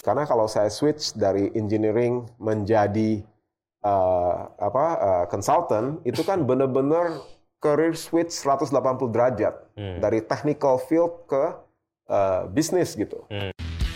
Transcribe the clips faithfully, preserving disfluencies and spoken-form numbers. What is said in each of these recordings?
Karena kalau saya switch dari engineering menjadi uh, apa uh, consultant, itu kan benar-benar career switch seratus delapan puluh derajat hmm. dari technical field ke uh, bisnis gitu. Hmm.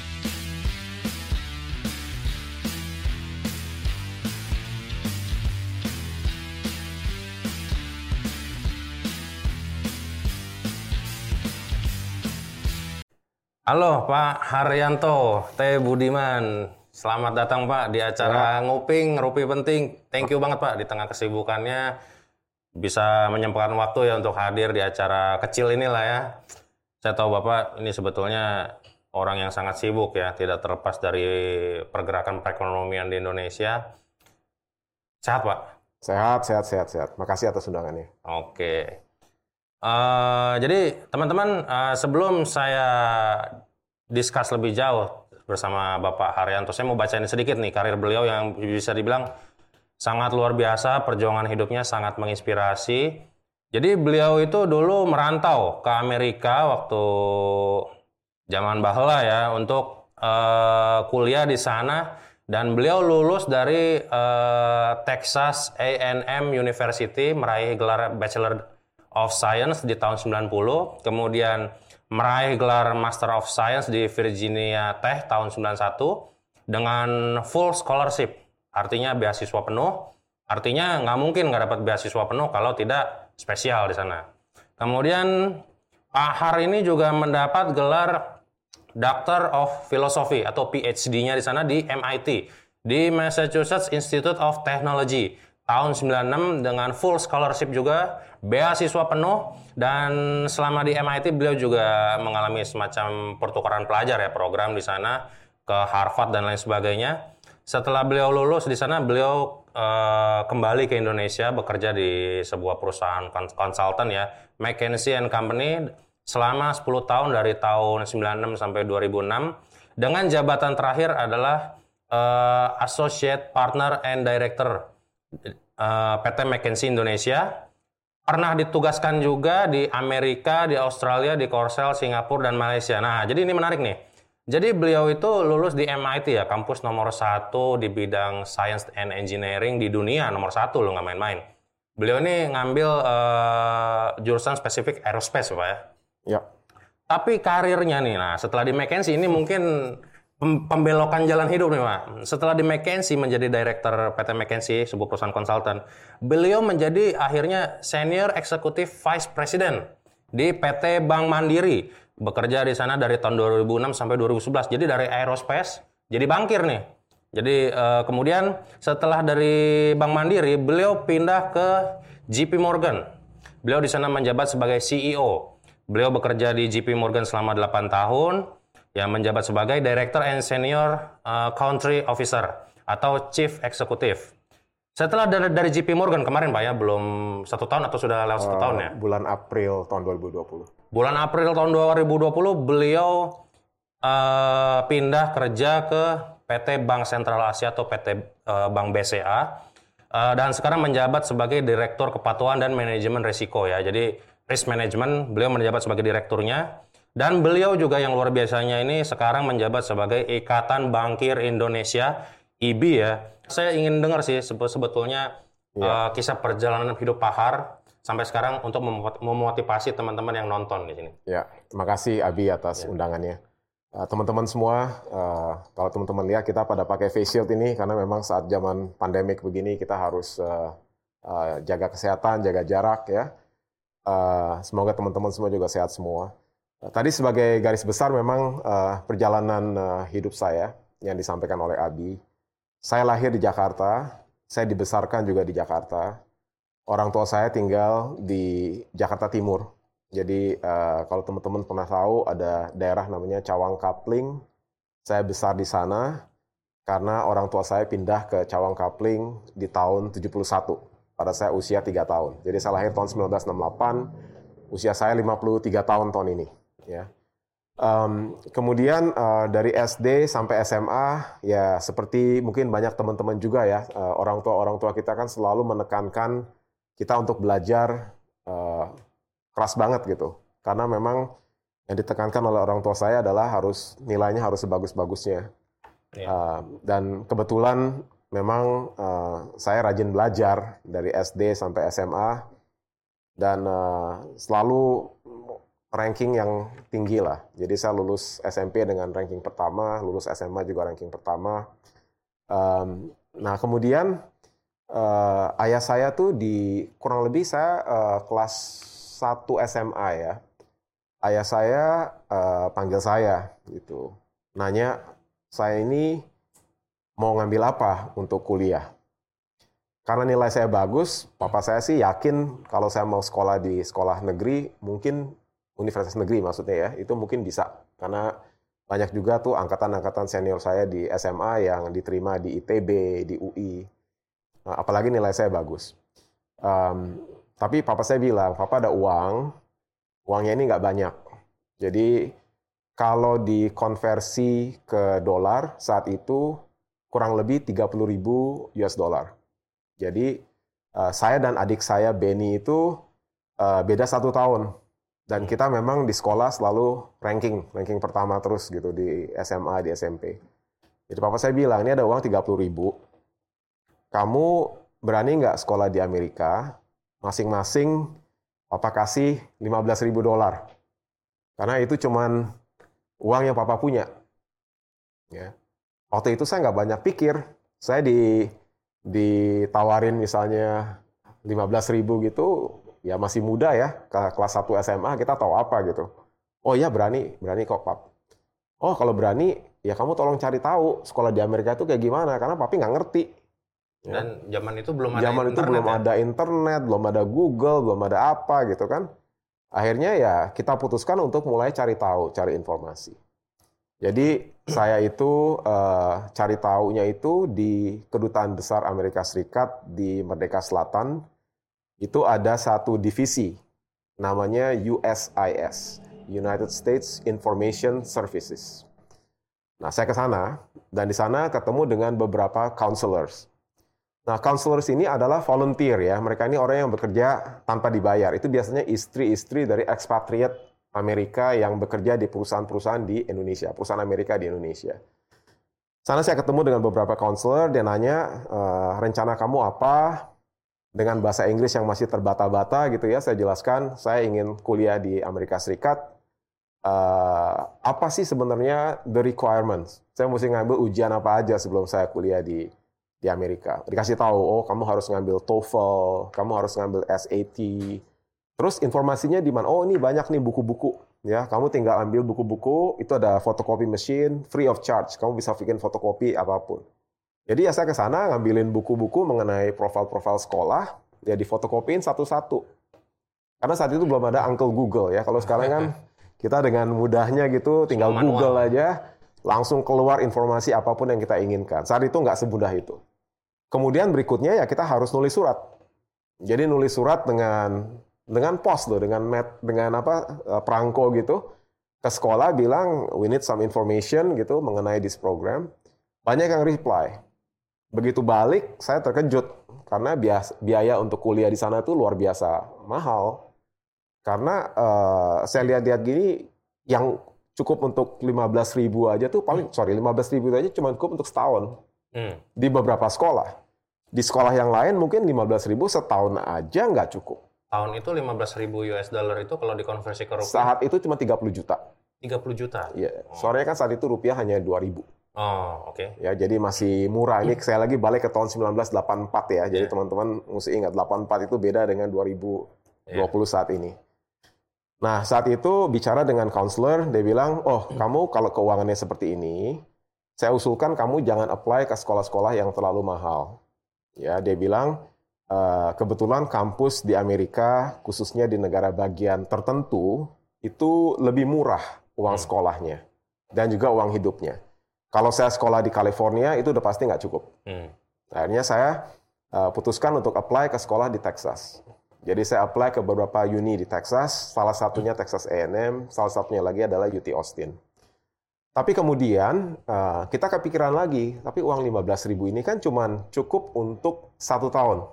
Halo Pak Haryanto, T. Budiman. Selamat datang Pak di acara ya. Nguping, Rupi Penting. Thank you banget Pak di tengah kesibukannya bisa menyempatkan waktu ya untuk hadir di acara kecil inilah ya. Saya tahu Bapak ini sebetulnya orang yang sangat sibuk ya, tidak terlepas dari pergerakan perekonomian di Indonesia. Sehat Pak? Sehat, sehat, sehat, sehat. Makasih atas undangannya. Oke. Uh, jadi teman-teman uh, sebelum saya discuss lebih jauh bersama Bapak Haryanto, saya mau bacain sedikit nih karir beliau yang bisa dibilang sangat luar biasa, perjuangan hidupnya sangat menginspirasi. Jadi beliau itu dulu merantau ke Amerika waktu zaman baheula ya untuk uh, kuliah di sana dan beliau lulus dari uh, Texas A and M University meraih gelar Bachelor of Science di tahun sembilan puluh, kemudian meraih gelar Master of Science di Virginia Tech tahun sembilan puluh satu dengan full scholarship, artinya beasiswa penuh, artinya nggak mungkin nggak dapat beasiswa penuh kalau tidak spesial di sana. Kemudian Pak Har ini juga mendapat gelar Doctor of Philosophy atau P H D-nya di sana di M I T, di Massachusetts Institute of Technology tahun sembilan puluh enam dengan full scholarship juga, beasiswa penuh, dan selama di M I T beliau juga mengalami semacam pertukaran pelajar ya, program di sana ke Harvard dan lain sebagainya. Setelah beliau lulus di sana, beliau uh, kembali ke Indonesia bekerja di sebuah perusahaan konsultan ya, McKinsey and Company selama sepuluh tahun dari tahun sembilan puluh enam sampai dua ribu enam dengan jabatan terakhir adalah uh, Associate Partner and Director uh, P T McKinsey Indonesia. Pernah ditugaskan juga di Amerika, di Australia, di Korsel, Singapura, dan Malaysia. Nah, jadi ini menarik nih. Jadi beliau itu lulus di M I T ya, kampus nomor satu di bidang Science and Engineering di dunia, nomor satu loh, nggak main-main. Beliau ini ngambil uh, jurusan spesifik aerospace Pak ya. Ya. Tapi karirnya nih, nah setelah di McKinsey ini mungkin pembelokan jalan hidup nih Pak. Setelah di McKinsey menjadi Direktur P T McKinsey, sebuah perusahaan konsultan, beliau menjadi akhirnya Senior Executive Vice President di P T Bank Mandiri. Bekerja di sana dari tahun dua ribu enam sampai dua ribu sebelas. Jadi dari aerospace jadi bankir nih. Jadi eh, kemudian setelah dari Bank Mandiri, beliau pindah ke J P Morgan. Beliau di sana menjabat sebagai C E O. Beliau bekerja di J P Morgan selama delapan tahun. Yang menjabat sebagai Director and Senior uh, Country Officer atau Chief Executive. Setelah dari, dari J P Morgan kemarin Pak ya, belum satu tahun atau sudah lewat satu uh, tahun ya? Bulan April tahun dua ribu dua puluh. Bulan April tahun dua ribu dua puluh beliau uh, pindah kerja ke P T Bank Sentral Asia atau P T uh, Bank B C A uh, dan sekarang menjabat sebagai Direktur Kepatuhan dan Manajemen Risiko ya. Jadi Risk Management beliau menjabat sebagai direkturnya. Dan beliau juga yang luar biasanya ini sekarang menjabat sebagai Ikatan Bankir Indonesia, I B ya. Saya ingin dengar sih sebetulnya ya. uh, kisah perjalanan hidup Pak Har sampai sekarang untuk memotivasi teman-teman yang nonton di sini. Ya, terima kasih Abi atas ya. undangannya. Uh, teman-teman semua, uh, kalau teman-teman lihat kita pada pakai face shield ini karena memang saat zaman pandemik begini kita harus uh, uh, jaga kesehatan, jaga jarak ya. Uh, semoga teman-teman semua juga sehat semua. Tadi sebagai garis besar memang uh, perjalanan uh, hidup saya yang disampaikan oleh Abi. Saya lahir di Jakarta, saya dibesarkan juga di Jakarta. Orang tua saya tinggal di Jakarta Timur. Jadi uh, kalau teman-teman pernah tahu ada daerah namanya Cawang Kapling. Saya besar di sana karena orang tua saya pindah ke Cawang Kapling di tahun tujuh puluh satu. Pada saya usia tiga tahun. Jadi saya lahir tahun seribu sembilan ratus enam puluh delapan, usia saya lima puluh tiga tahun tahun ini. Ya, um, kemudian uh, dari S D sampai S M A ya seperti mungkin banyak teman-teman juga ya uh, orang tua orang tua kita kan selalu menekankan kita untuk belajar uh, keras banget gitu karena memang yang ditekankan oleh orang tua saya adalah harus nilainya harus sebagus-bagusnya Yeah. Uh, dan kebetulan memang uh, saya rajin belajar dari S D sampai S M A dan uh, selalu ranking yang tinggi lah. Jadi saya lulus S M P dengan ranking pertama, lulus S M A juga ranking pertama. Um, nah kemudian uh, ayah saya tuh di kurang lebih saya uh, kelas satu S M A ya. Ayah saya uh, panggil saya gitu, nanya saya ini mau ngambil apa untuk kuliah. Karena nilai saya bagus, papa saya sih yakin kalau saya mau sekolah di sekolah negeri, mungkin universitas negeri maksudnya ya, itu mungkin bisa. Karena banyak juga tuh angkatan-angkatan senior saya di S M A yang diterima di I T B, di U I. Nah, apalagi nilai saya bagus. Um, tapi papa saya bilang, papa ada uang, uangnya ini nggak banyak. Jadi kalau dikonversi ke dolar saat itu kurang lebih tiga puluh ribu U S dollar. Jadi uh, saya dan adik saya Benny itu uh, beda satu tahun. Dan kita memang di sekolah selalu ranking, ranking pertama terus gitu di S M A, di S M P. Jadi papa saya bilang, ini ada uang tiga puluh ribu. Kamu berani nggak sekolah di Amerika? Masing-masing papa kasih lima belas ribu dolar. Karena itu cuman uang yang papa punya. Ya. Waktu itu saya nggak banyak pikir. Saya di, ditawarin misalnya lima belas ribu gitu, ya masih muda ya, ke kelas satu S M A kita tahu apa gitu. Oh iya berani, berani kok pap. Oh kalau berani, ya kamu tolong cari tahu sekolah di Amerika itu kayak gimana, karena papi nggak ngerti. Ya. Dan zaman itu belum ada zaman internet. itu belum ya? ada internet, belum ada Google, belum ada apa gitu kan. Akhirnya ya kita putuskan untuk mulai cari tahu, cari informasi. Jadi saya itu uh, cari taunya itu di Kedutaan Besar Amerika Serikat di Merdeka Selatan. Itu ada satu divisi, namanya U S I S, United States Information Services. Nah, saya ke sana, dan di sana ketemu dengan beberapa counselors. Nah, counselors ini adalah volunteer ya, mereka ini orang yang bekerja tanpa dibayar. Itu biasanya istri-istri dari expatriate Amerika yang bekerja di perusahaan-perusahaan di Indonesia, perusahaan Amerika di Indonesia. Sana saya ketemu dengan beberapa counselor, dia nanya, e, rencana kamu apa? Dengan bahasa Inggris yang masih terbata-bata gitu ya, saya jelaskan, saya ingin kuliah di Amerika Serikat. Uh, apa sih sebenarnya the requirements? Saya mesti ngambil ujian apa aja sebelum saya kuliah di di Amerika. Dikasih tahu, oh kamu harus ngambil TOEFL, kamu harus ngambil S A T. Terus informasinya di mana? Oh ini banyak nih buku-buku. Ya, kamu tinggal ambil buku-buku, itu ada photocopy machine, free of charge. Kamu bisa bikin fotokopi apapun. Jadi ya saya ke sana ngambilin buku-buku mengenai profil-profil sekolah, ya difotokopiin satu-satu. Karena saat itu belum ada Uncle Google ya. Kalau sekarang kan kita dengan mudahnya gitu, tinggal Google aja, langsung keluar informasi apapun yang kita inginkan. Saat itu nggak semudah itu. Kemudian berikutnya ya kita harus nulis surat. Jadi nulis surat dengan dengan pos loh, dengan met, dengan apa perangko gitu ke sekolah bilang we need some information gitu mengenai this program. Banyak yang reply. Begitu balik saya terkejut karena bias, biaya untuk kuliah di sana itu luar biasa mahal. Karena uh, saya lihat-lihat gini yang cukup untuk lima belas ribu aja tuh paling sorry lima belas ribu aja cuma cukup untuk setahun. Hmm. Di beberapa sekolah. Di sekolah yang lain mungkin lima belas ribu setahun aja nggak cukup. Tahun itu lima belas ribu U S dollar itu kalau dikonversi ke rupiah? Saat itu cuma tiga puluh juta. tiga puluh juta? Iya. Oh. Soalnya kan saat itu rupiah hanya dua ribu. Oh, oke. Okay. Ya, jadi masih murah. Ini saya lagi balik ke tahun sembilan belas delapan puluh empat ya. Jadi yeah. teman-teman mesti ingat delapan puluh empat itu beda dengan dua ribu dua puluh yeah. saat ini. Nah, saat itu bicara dengan counselor, dia bilang, "Oh, kamu kalau keuangannya seperti ini, saya usulkan kamu jangan apply ke sekolah-sekolah yang terlalu mahal." Ya, dia bilang, e, kebetulan kampus di Amerika, khususnya di negara bagian tertentu, itu lebih murah uang hmm. sekolahnya dan juga uang hidupnya. Kalau saya sekolah di California, itu udah pasti nggak cukup. Hmm. Akhirnya saya uh, putuskan untuk apply ke sekolah di Texas. Jadi saya apply ke beberapa uni di Texas, salah satunya Texas A and M, salah satunya lagi adalah U T Austin. Tapi kemudian uh, kita kepikiran lagi, tapi uang lima belas ribu ini kan cuma cukup untuk satu tahun.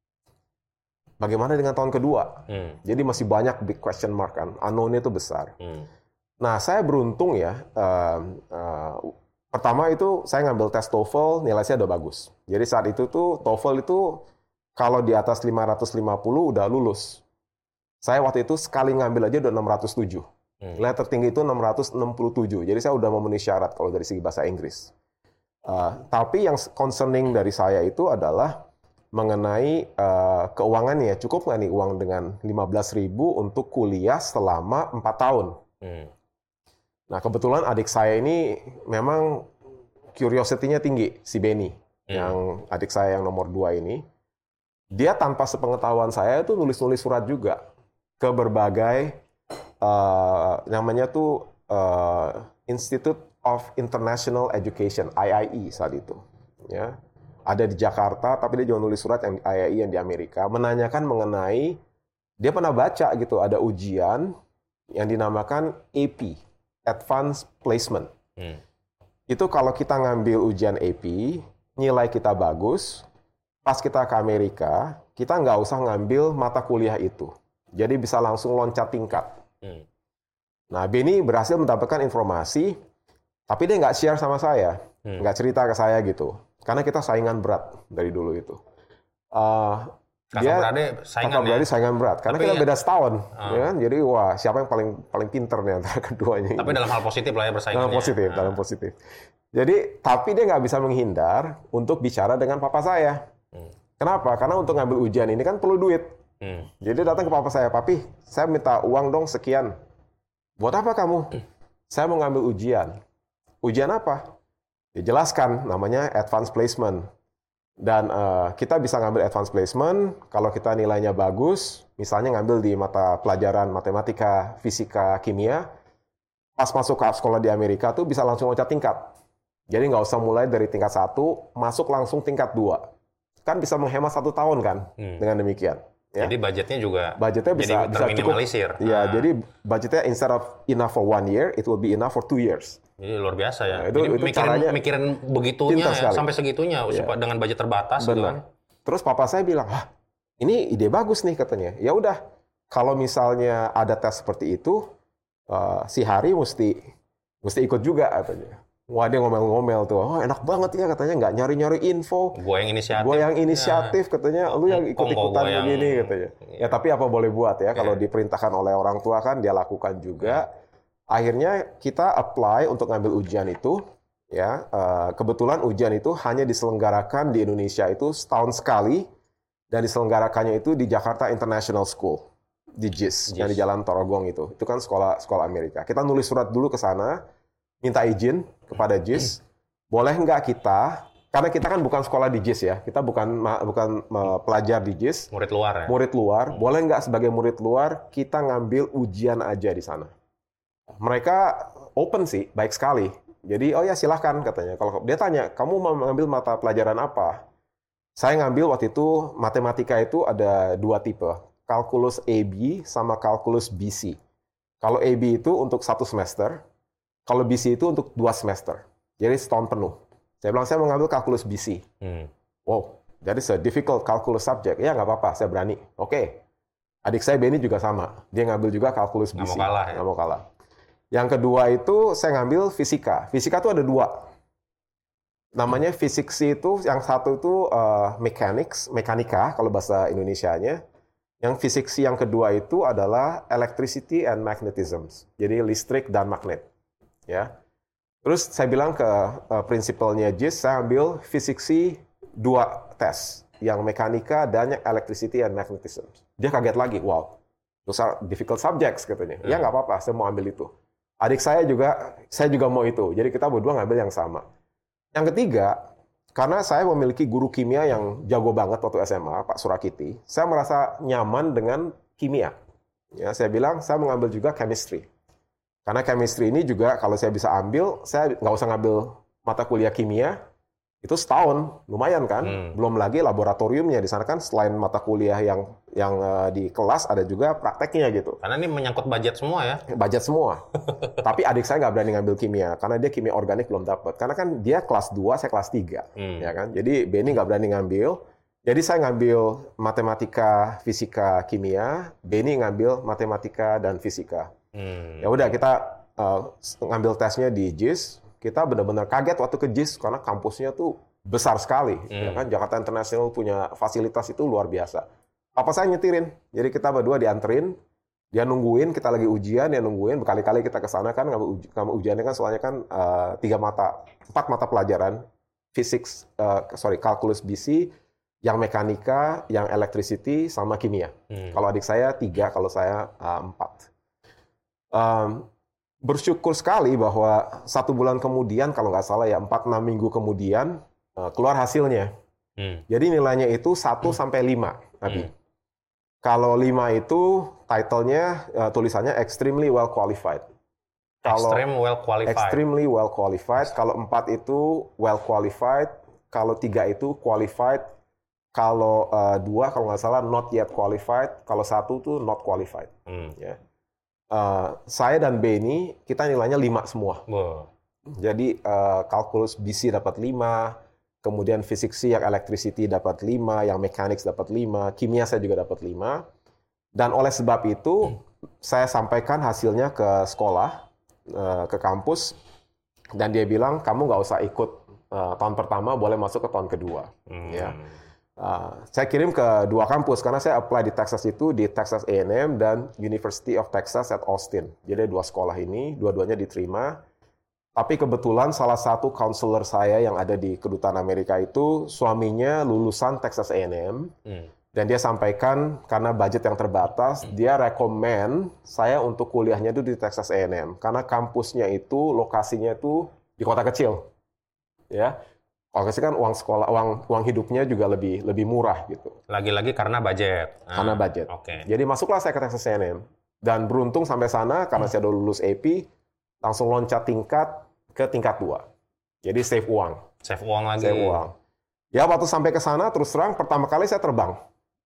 Bagaimana dengan tahun kedua? Hmm. Jadi masih banyak big question mark kan, unknown-nya itu besar. Hmm. Nah saya beruntung ya, uh, uh, pertama itu saya ngambil tes TOEFL, nilai saya udah bagus. Jadi saat itu tuh TOEFL itu kalau di atas lima ratus lima puluh udah lulus. Saya waktu itu sekali ngambil aja udah enam ratus tujuh. Hmm. Nilai tertinggi itu enam ratus enam puluh tujuh. Jadi saya udah memenuhi syarat kalau dari segi bahasa Inggris. Uh, tapi yang concerning dari saya itu adalah mengenai uh, keuangannya. Cukup nggak nih uang dengan lima belas ribu untuk kuliah selama empat tahun? Hmm. Nah, kebetulan adik saya ini memang curiosity-nya tinggi, si Benny. Hmm. Yang adik saya yang nomor dua ini. Dia tanpa sepengetahuan saya itu nulis-nulis surat juga ke berbagai uh, namanya tuh uh, Institute of International Education I I E saat itu, ya ada di Jakarta, tapi dia juga nulis surat yang I I E yang di Amerika menanyakan mengenai dia pernah baca gitu ada ujian yang dinamakan A P Advanced Placement. Hmm. Itu kalau kita ngambil ujian A P nilai kita bagus. Pas kita ke Amerika, kita nggak usah ngambil mata kuliah itu. Jadi bisa langsung loncat tingkat. Hmm. Nah, Benny berhasil mendapatkan informasi, tapi dia nggak share sama saya. Hmm. Nggak cerita ke saya gitu. Karena kita saingan berat dari dulu itu. Uh, kakak dia, beradik saingan kakak beradik ya? saingan berat. Karena tapi kita ya, beda setahun. uh, Ya kan? Jadi, wah, siapa yang paling paling pinter nih antara keduanya. Tapi ini. Dalam hal positif lah ya bersaingannya. Dalam positif, uh. dalam positif. Jadi, tapi dia nggak bisa menghindar untuk bicara dengan papa saya. Hmm. Kenapa? Karena untuk ngambil ujian ini kan perlu duit. Hmm. Jadi datang ke papa saya, papi, saya minta uang dong sekian. Buat apa kamu? Hmm. Saya mau ngambil ujian. Ujian apa? Dijelaskan, namanya advanced placement. Dan uh, kita bisa ngambil advanced placement kalau kita nilainya bagus, misalnya ngambil di mata pelajaran matematika, fisika, kimia. Pas masuk ke sekolah di Amerika tuh bisa langsung loncat tingkat. Jadi nggak usah mulai dari tingkat satu, masuk langsung tingkat dua. Kan bisa menghemat satu tahun kan hmm. dengan demikian. Ya. Jadi budgetnya juga budgetnya bisa, jadi bisa cukup. Iya, ah. jadi budgetnya instead of enough for one year, it will be enough for two years. Jadi luar biasa ya. Nah, itu, jadi itu mikirin, caranya mikirin begitunya ya, sampai segitunya ya. Dengan budget terbatas. Benar. Gitu kan. Terus papa saya bilang, ah ini ide bagus nih katanya. Ya udah, kalau misalnya ada tes seperti itu, uh, si Hari mesti mesti ikut juga katanya. Wah, dia ngomel-ngomel tuh. Oh, enak banget ya katanya, nggak nyari-nyari info. Gue yang inisiatif. Gue yang inisiatif ya. Katanya, lu yang ikut-ikutan yang... begini katanya. Ya, tapi apa boleh buat ya, kalau ya. Diperintahkan oleh orang tua kan dia lakukan juga. Ya. Akhirnya kita apply untuk ngambil ujian itu. Ya, kebetulan ujian itu hanya diselenggarakan di Indonesia itu setahun sekali. Dan diselenggarakannya itu di Jakarta International School. Di J I S, J I S. Yang di Jalan Torogong itu. Itu kan sekolah sekolah Amerika. Kita nulis surat dulu ke sana. Minta izin kepada J I S, boleh nggak kita, karena kita kan bukan sekolah di J I S ya, kita bukan bukan pelajar di J I S, murid luar ya? Murid luar, hmm. boleh nggak sebagai murid luar kita ngambil ujian aja di sana. Mereka open sih, baik sekali. Jadi, oh ya silahkan katanya. Kalau dia tanya, kamu mau mengambil mata pelajaran apa? Saya ngambil waktu itu, matematika itu ada dua tipe, kalkulus A B sama kalkulus B C. Kalau A B itu untuk satu semester, kalau B C itu untuk dua semester. Jadi setahun penuh. Saya bilang, saya mau ngambil kalkulus B C. Hmm. Wow, that is a difficult calculus subject. Ya, nggak apa-apa, saya berani. Oke. Okay. Adik saya Benny juga sama. Dia ngambil juga kalkulus B C. Nggak mau kalah ya? Nggak mau kalah. Yang kedua itu, saya ngambil fisika. Fisika itu ada dua. Namanya fisiksi itu, yang satu itu uh, mechanics, mekanika, kalau bahasa Indonesianya. Yang fisiksi yang kedua itu adalah electricity and magnetism. Jadi listrik dan magnet. Ya, terus saya bilang ke uh, prinsipalnya J I S, saya ambil fisiksi dua tes, yang mekanika dan yang electricity and magnetism. Dia kaget lagi, wow, those are difficult subjects katanya. Hmm. Ya nggak apa-apa, saya mau ambil itu. Adik saya juga, saya juga mau itu. Jadi kita berdua ngambil yang sama. Yang ketiga, karena saya memiliki guru kimia yang jago banget waktu S M A, Pak Surakiti, saya merasa nyaman dengan kimia. Ya, saya bilang saya mau ngambil juga chemistry. Karena chemistry ini juga kalau saya bisa ambil, saya nggak usah ngambil mata kuliah kimia, itu setahun, lumayan kan? Hmm. Belum lagi laboratoriumnya, di sana kan selain mata kuliah yang yang uh, di kelas, ada juga prakteknya gitu. Karena ini menyangkut budget semua ya? Budget semua. Tapi adik saya nggak berani ngambil kimia, karena dia kimia organik belum dapat. Karena kan dia kelas dua, saya kelas tiga. Hmm. Ya kan? Jadi Benny nggak berani ngambil. Jadi saya ngambil matematika, fisika, kimia, Benny ngambil matematika dan fisika. Hmm. Ya udah kita uh, ngambil tesnya di J I S, kita benar-benar kaget waktu ke J I S karena kampusnya tuh besar sekali. Hmm. Ya kan? Jakarta International punya fasilitas itu luar biasa. Papa saya nyetirin, jadi kita berdua dianterin, dia nungguin, kita lagi ujian, dia nungguin, berkali-kali kita ke sana kan, kamu, kamu ujiannya kan soalnya kan uh, tiga mata, empat mata pelajaran, fisik, uh, sorry, kalkulus B C, yang mekanika, yang electricity, sama kimia. Hmm. Kalau adik saya tiga, kalau saya uh, empat. Um, bersyukur sekali bahwa satu bulan kemudian, kalau nggak salah ya empat enam minggu kemudian uh, keluar hasilnya. Hmm. Jadi nilainya itu satu hmm. sampai lima, Abi. Hmm. Kalau lima itu title-nya uh, tulisannya extremely well qualified. Kalau Extreme well qualified. Extremely well qualified. Kalau empat itu well qualified. Kalau tiga itu qualified. Kalau uh, dua kalau nggak salah not yet qualified. Kalau satu tuh not qualified. Hmm. Ya. Uh, saya dan Benny kita nilainya lima semua. Wow. Jadi uh, kalkulus B C dapat lima, kemudian fisik C yang electricity dapat lima, yang mechanics dapat lima, kimia saya juga dapat lima. Dan oleh sebab itu hmm. saya sampaikan hasilnya ke sekolah, uh, ke kampus, dan dia bilang kamu nggak usah ikut uh, tahun pertama, boleh masuk ke tahun kedua. Hmm. Ya. Uh, saya kirim ke dua kampus karena saya apply di Texas itu di Texas A and M dan University of Texas at Austin. Jadi dua sekolah ini, dua-duanya diterima. Tapi kebetulan salah satu counselor saya yang ada di kedutaan Amerika itu suaminya lulusan Texas A and M. Hmm. Dan dia sampaikan karena budget yang terbatas, hmm. dia rekomen saya untuk kuliahnya itu di Texas A and M karena kampusnya itu lokasinya itu di kota kecil. Ya. Kalau kan uang sekolah, uang uang hidupnya juga lebih lebih murah gitu. Lagi-lagi karena budget. Karena budget. Oke. Okay. Jadi masuklah saya ke Texas A and M dan beruntung sampai sana karena hmm. saya udah lulus A P, langsung loncat tingkat ke tingkat dua. Jadi save uang. Save uang lagi. Save uang. Ya waktu sampai ke sana terus terang pertama kali saya terbang.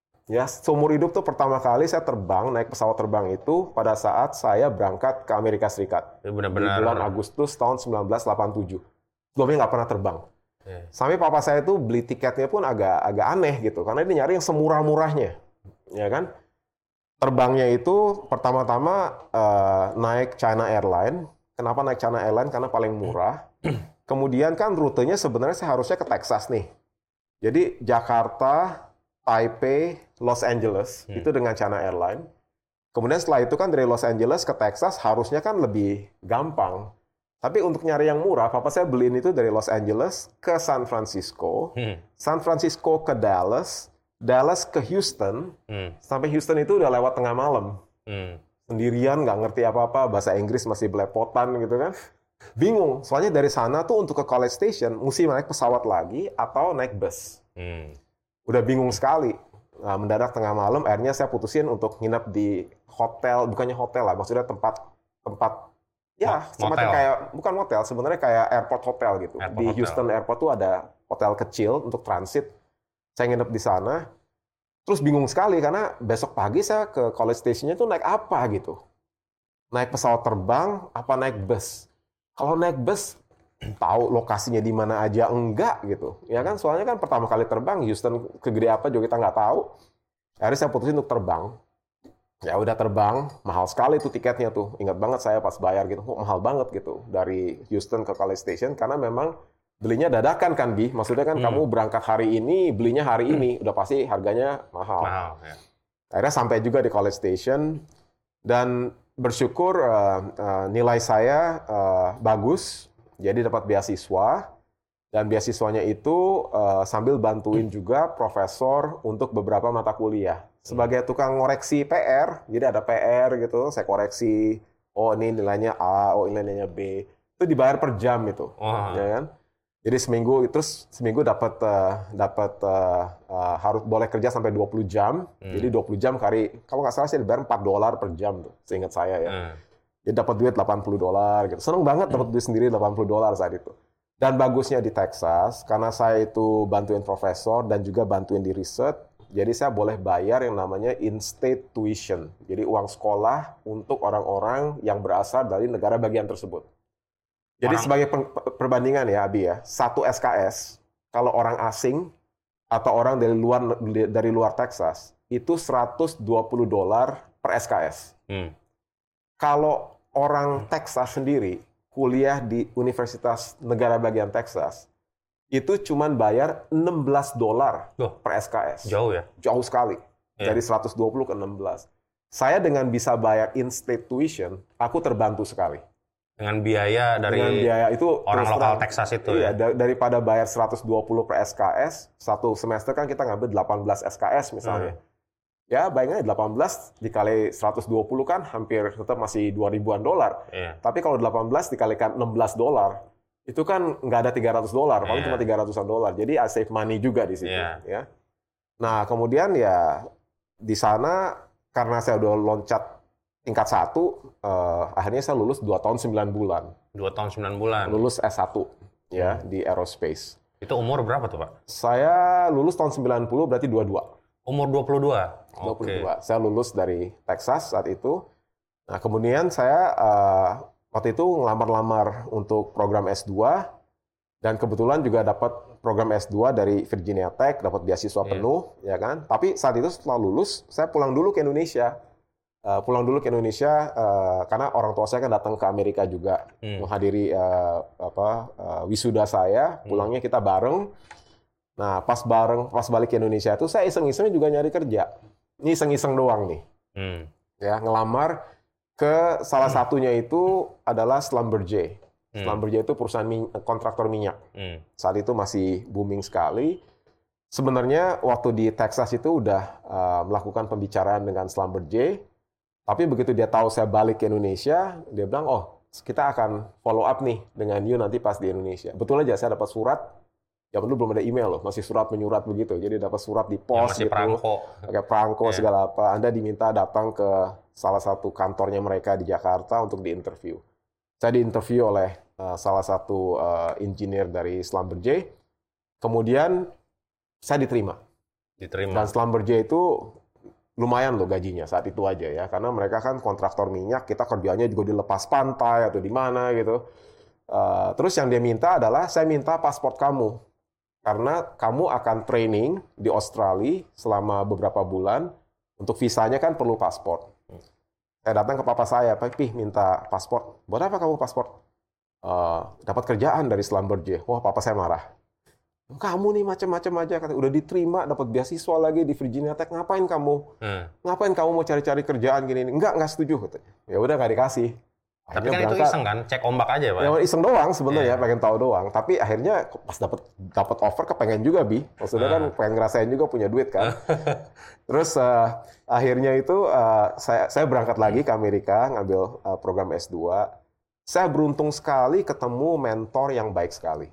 Ya seumur hidup tuh pertama kali saya terbang naik pesawat terbang itu pada saat saya berangkat ke Amerika Serikat. Benar-benar. Di bulan Agustus tahun sembilan belas delapan puluh tujuh. Sebelumnya nggak pernah terbang. Sampai papa saya tuh beli tiketnya pun agak agak aneh gitu, karena dia nyari yang semurah-murahnya, ya kan? Terbangnya itu pertama-tama uh, naik China Airline. Kenapa naik China Airline? Karena paling murah. Kemudian kan rutenya sebenarnya seharusnya ke Texas nih. Jadi Jakarta, Taipei, Los Angeles hmm. itu dengan China Airline. Kemudian setelah itu kan dari Los Angeles ke Texas harusnya kan lebih gampang. Tapi untuk nyari yang murah, papa saya beliin itu dari Los Angeles ke San Francisco, hmm. San Francisco ke Dallas, Dallas ke Houston, hmm. sampai Houston itu udah lewat tengah malam. Hmm. Sendirian, nggak ngerti apa-apa, bahasa Inggris masih belepotan gitu kan. Bingung, soalnya dari sana tuh untuk ke College Station, mesti naik pesawat lagi atau naik bus. Hmm. Udah bingung sekali. Nah, mendadak tengah malam, akhirnya saya putusin untuk nginep di hotel, bukannya hotel lah, maksudnya tempat tempat ya, semacam kayak, bukan motel, sebenarnya kayak airport hotel gitu. Airport di hotel. Houston Airport tuh ada hotel kecil untuk transit. Saya nginep di sana. Terus bingung sekali karena besok pagi saya ke College Station-nya tuh naik apa gitu. Naik pesawat terbang, apa naik bus. Kalau naik bus, tahu lokasinya di mana aja, enggak gitu. Ya kan, soalnya kan pertama kali terbang, Houston kegede apa juga kita nggak tahu. Akhirnya saya putusin untuk terbang. Ya udah terbang, mahal sekali tuh tiketnya tuh. Ingat banget saya pas bayar gitu, oh, mahal banget gitu. Dari Houston ke College Station, karena memang belinya dadakan kan, Bi. Maksudnya kan hmm. kamu berangkat hari ini, belinya hari hmm. ini. Udah pasti harganya mahal. Mahal ya. Akhirnya sampai juga di College Station, dan bersyukur uh, uh, nilai saya uh, bagus, jadi dapat beasiswa. Dan beasiswanya itu uh, sambil bantuin juga profesor untuk beberapa mata kuliah. Sebagai tukang ngoreksi P R, jadi ada P R gitu, saya koreksi, oh ini nilainya A, oh ini nilainya B. Itu dibayar per jam itu, oh. ya kan? Jadi seminggu, terus seminggu dapat uh, dapat uh, uh, harus boleh kerja sampai dua puluh jam. Hmm. Jadi dua puluh jam kali, kalau nggak salah sih dibayar empat dolar per jam tuh, seingat saya ya. Hmm. Jadi dapat duit delapan puluh dolar gitu. Seneng banget dapat hmm. duit sendiri delapan puluh dolar saat itu. Dan bagusnya di Texas, karena saya itu bantuin profesor dan juga bantuin di riset, jadi saya boleh bayar yang namanya in-state tuition. Jadi uang sekolah untuk orang-orang yang berasal dari negara bagian tersebut. Jadi orang... sebagai perbandingan ya, Abi ya, satu S K S, kalau orang asing atau orang dari luar dari luar Texas, itu seratus dua puluh dolar per S K S. Hmm. Kalau orang Texas sendiri, kuliah di Universitas Negara Bagian Texas, itu cuman bayar enam belas dolar Loh, per S K S. jauh ya? Jauh sekali. Iya. Dari seratus dua puluh ke enam belas. Saya dengan bisa bayar in-state tuition, aku terbantu sekali. Dengan biaya dari Dengan biaya itu orang terus lokal terang, Texas itu iya, ya? da- daripada bayar seratus dua puluh per S K S, satu semester kan kita ngambil delapan belas S K S misalnya. Hmm. Ya, bayangnya delapan belas dikali seratus dua puluh kan hampir tetap masih dua ribuan dolar. Iya. Tapi kalau delapan belas dikalikan enam belas dolar, itu kan nggak ada tiga ratus dolar, paling Iya. cuma tiga ratusan dolar. Jadi I save money juga di situ. Iya. Ya. Nah, kemudian ya di sana karena saya udah loncat tingkat satu, eh, akhirnya saya lulus dua tahun sembilan bulan. Dua tahun sembilan bulan. Lulus S satu ya di aerospace. Itu umur berapa tuh, Pak? Saya lulus tahun sembilan puluh berarti dua puluh dua. Umur dua puluh dua? dua puluh Oke. dua. Saya lulus dari Texas saat itu. Nah, kemudian saya eh, waktu itu ngelamar-lamar untuk program S dua dan kebetulan juga dapat program S dua dari Virginia Tech, dapat beasiswa Iya. penuh, ya kan? Tapi saat itu setelah lulus, saya pulang dulu ke Indonesia. Eh, pulang dulu ke Indonesia eh, karena orang tua saya kan datang ke Amerika juga Hmm. menghadiri eh, apa eh, wisuda saya. Pulangnya kita bareng. Nah, pas bareng, pas balik ke Indonesia itu saya iseng-iseng juga nyari kerja. Ini iseng-iseng doang nih, Hmm. ya ngelamar ke salah satunya itu adalah Schlumberger. Hmm. Schlumberger itu perusahaan min- kontraktor minyak. Hmm. Saat itu masih booming sekali. Sebenarnya waktu di Texas itu udah uh, melakukan pembicaraan dengan Schlumberger, tapi begitu dia tahu saya balik ke Indonesia, dia bilang, oh kita akan follow up nih dengan you nanti pas di Indonesia. Betul aja saya dapat surat, ya dulu belum ada email loh, masih surat menyurat begitu. Jadi dapat surat di Yang pos masih gitu, perangko. pakai perangko Iya. segala apa. Anda diminta datang ke salah satu kantornya mereka di Jakarta untuk diinterview. Saya diinterview oleh uh, salah satu uh, engineer dari Schlumberger. Kemudian saya diterima. Diterima. Dan Schlumberger itu lumayan loh gajinya saat itu aja ya, karena mereka kan kontraktor minyak, kita kerjanya juga di lepas pantai atau di mana gitu. Uh, terus yang dia minta adalah saya minta paspor kamu, karena kamu akan training di Australia selama beberapa bulan. Untuk visanya kan perlu paspor. Saya datang ke papa saya, Papi minta paspor. Buat apa kamu paspor? Uh, dapat kerjaan dari Schlumberger. Wah, papa saya marah. Kamu nih macam-macam aja, kata, udah diterima, dapat beasiswa lagi di Virginia Tech, ngapain kamu? Hmm. Ngapain kamu mau cari-cari kerjaan gini? Enggak, enggak setuju. Katanya. Ya udah nggak dikasih. Tapi Akhirnya kan itu berangkat. iseng kan? Cek ombak aja, Pak. Ya iseng doang sebenarnya, Iya. pengen tahu doang. Tapi akhirnya pas dapat dapat offer kepengen juga bi. Maksudnya kan Ah. pengen ngerasain juga punya duit kan. Terus eh, akhirnya itu eh, saya saya berangkat lagi ke Amerika ngambil eh, program S dua. Saya beruntung sekali ketemu mentor yang baik sekali.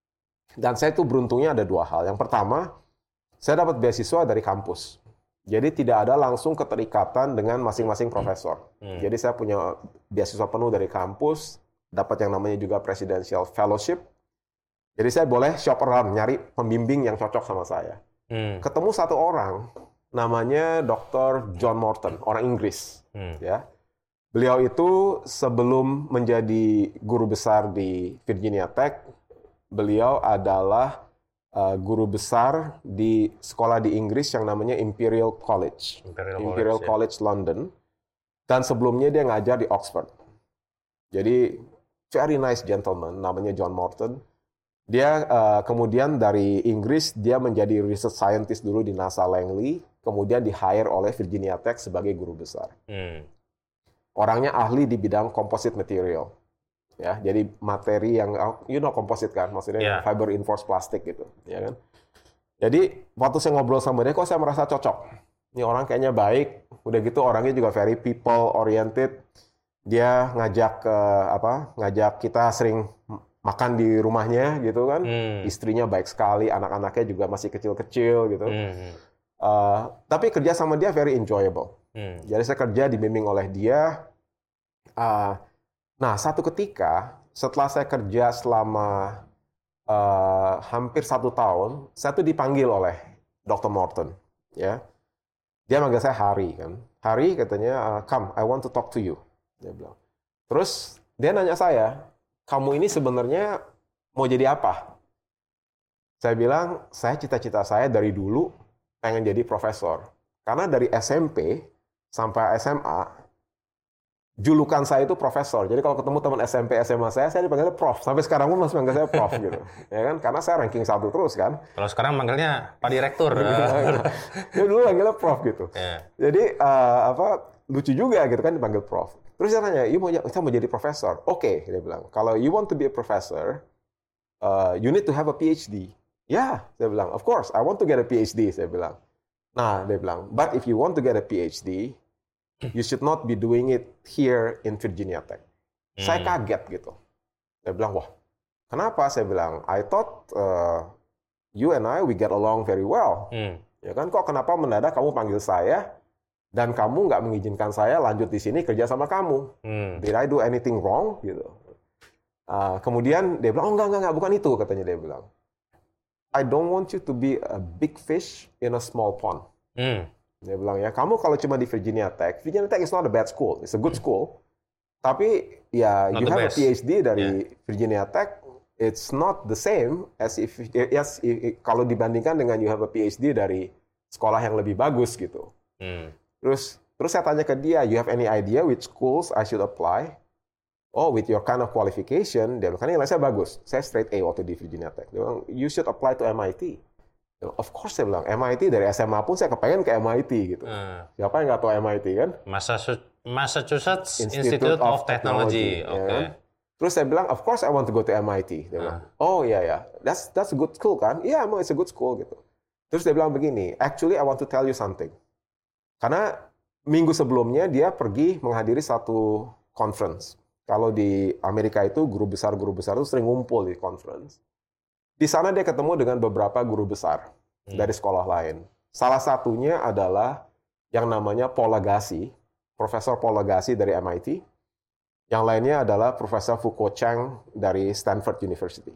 Dan saya itu beruntungnya ada dua hal. Yang pertama, saya dapat beasiswa dari kampus. Jadi tidak ada langsung keterikatan dengan masing-masing profesor. Hmm. Jadi saya punya beasiswa penuh dari kampus, dapat yang namanya juga Presidential Fellowship. Jadi saya boleh shop around, nyari pembimbing yang cocok sama saya. Hmm. Ketemu satu orang, namanya doktor John Morton, orang Inggris. Hmm. Ya, beliau itu sebelum menjadi guru besar di Virginia Tech, beliau adalah uh, guru besar di sekolah di Inggris yang namanya Imperial College. Imperial, Imperial College, College London, dan sebelumnya dia ngajar di Oxford. Jadi very nice gentleman, namanya John Morton. Dia uh, kemudian dari Inggris dia menjadi research scientist dulu di NASA Langley, kemudian di hire oleh Virginia Tech sebagai guru besar. ya. Hmm. Orangnya ahli di bidang composite material. Ya, jadi materi yang you know composite kan, maksudnya Yeah. fiber reinforced plastic gitu, ya kan. Jadi waktu saya ngobrol sama dia, kok saya merasa cocok. Ini orang kayaknya baik, udah gitu orangnya juga very people oriented. Dia ngajak ke apa? Ngajak kita sering makan di rumahnya gitu kan. Hmm. Istrinya baik sekali, anak-anaknya juga masih kecil-kecil gitu. Hmm. Uh, tapi kerja sama dia very enjoyable. Hmm. Jadi saya kerja dibimbing oleh dia. Uh, nah, satu ketika setelah saya kerja selama uh, hampir satu tahun, saya tuh dipanggil oleh doktor Morton. Ya, dia manggil saya Hari kan. Hari katanya, uh, come, I want to talk to you. Dia bilang. Terus dia nanya saya, kamu ini sebenarnya mau jadi apa? Saya bilang, saya cita-cita saya dari dulu pengen jadi profesor. Karena dari S M P sampai S M A, julukan saya itu profesor. Jadi kalau ketemu teman S M P, S M A saya, saya dipanggilnya prof. Sampai sekarang pun masih panggil saya prof gitu. Ya kan? Karena saya ranking satu terus kan. Kalau sekarang manggilnya Pak Direktur. Ya dulu panggilnya prof gitu. Yeah. Jadi uh, apa lucu juga gitu kan dipanggil prof. Terus dia tanya, "You mau saya mau jadi profesor?" Oke, okay, dia bilang. "Kalau you want to be a professor, uh, you need to have a P H D." Ya, yeah, saya bilang, "Of course, I want to get a P H D." Saya bilang. Nah, dia bilang, "But if you want to get a P H D, you should not be doing it here in Virginia Tech." Hmm. Saya kaget gitu. Saya bilang, wah, kenapa? Saya bilang, I thought uh, you and I, we get along very well. Hmm. Ya kan, kok kenapa mendadak kamu panggil saya, dan kamu nggak mengizinkan saya lanjut di sini kerja sama kamu? Hmm. Did I do anything wrong? Gitu. Uh, kemudian dia bilang, oh enggak, enggak, enggak, bukan itu, katanya dia bilang. I don't want you to be a big fish in a small pond. Hmm. Dia bilang ya, kamu kalau cuma di Virginia Tech, Virginia Tech is not a bad school, it's a good school. Tapi ya, not you have best. a P H D dari yeah. Virginia Tech, it's not the same as if yes, if, kalau dibandingkan dengan you have a P H D dari sekolah yang lebih bagus gitu. Hmm. Terus terus saya tanya ke dia, you have any idea which schools I should apply? Oh, with your kind of qualification, dia bilang kan nilai saya bagus, saya straight A waktu di Virginia Tech. Dia bilang you should apply to M I T. Of course saya bilang, M I T dari S M A pun saya kepengen ke M I T gitu. Hmm. Siapa yang nggak tahu M I T kan? Massachusetts Institute, Institute of, of Technology. Technology. Oke. Okay. Ya. Terus saya bilang, of course I want to go to M I T. Dia bilang, hmm. oh iya ya, that's that's a good school kan? Iya, yeah, emang it's a good school gitu. Terus dia bilang begini, actually I want to tell you something. Karena minggu sebelumnya dia pergi menghadiri satu conference. Kalau di Amerika itu guru besar-guru besar itu sering ngumpul di conference. Di sana dia ketemu dengan beberapa guru besar hmm. dari sekolah lain. Salah satunya adalah yang namanya Paul Agassi, Profesor Paul Agassi dari M I T. Yang lainnya adalah Profesor Fuko Chang dari Stanford University.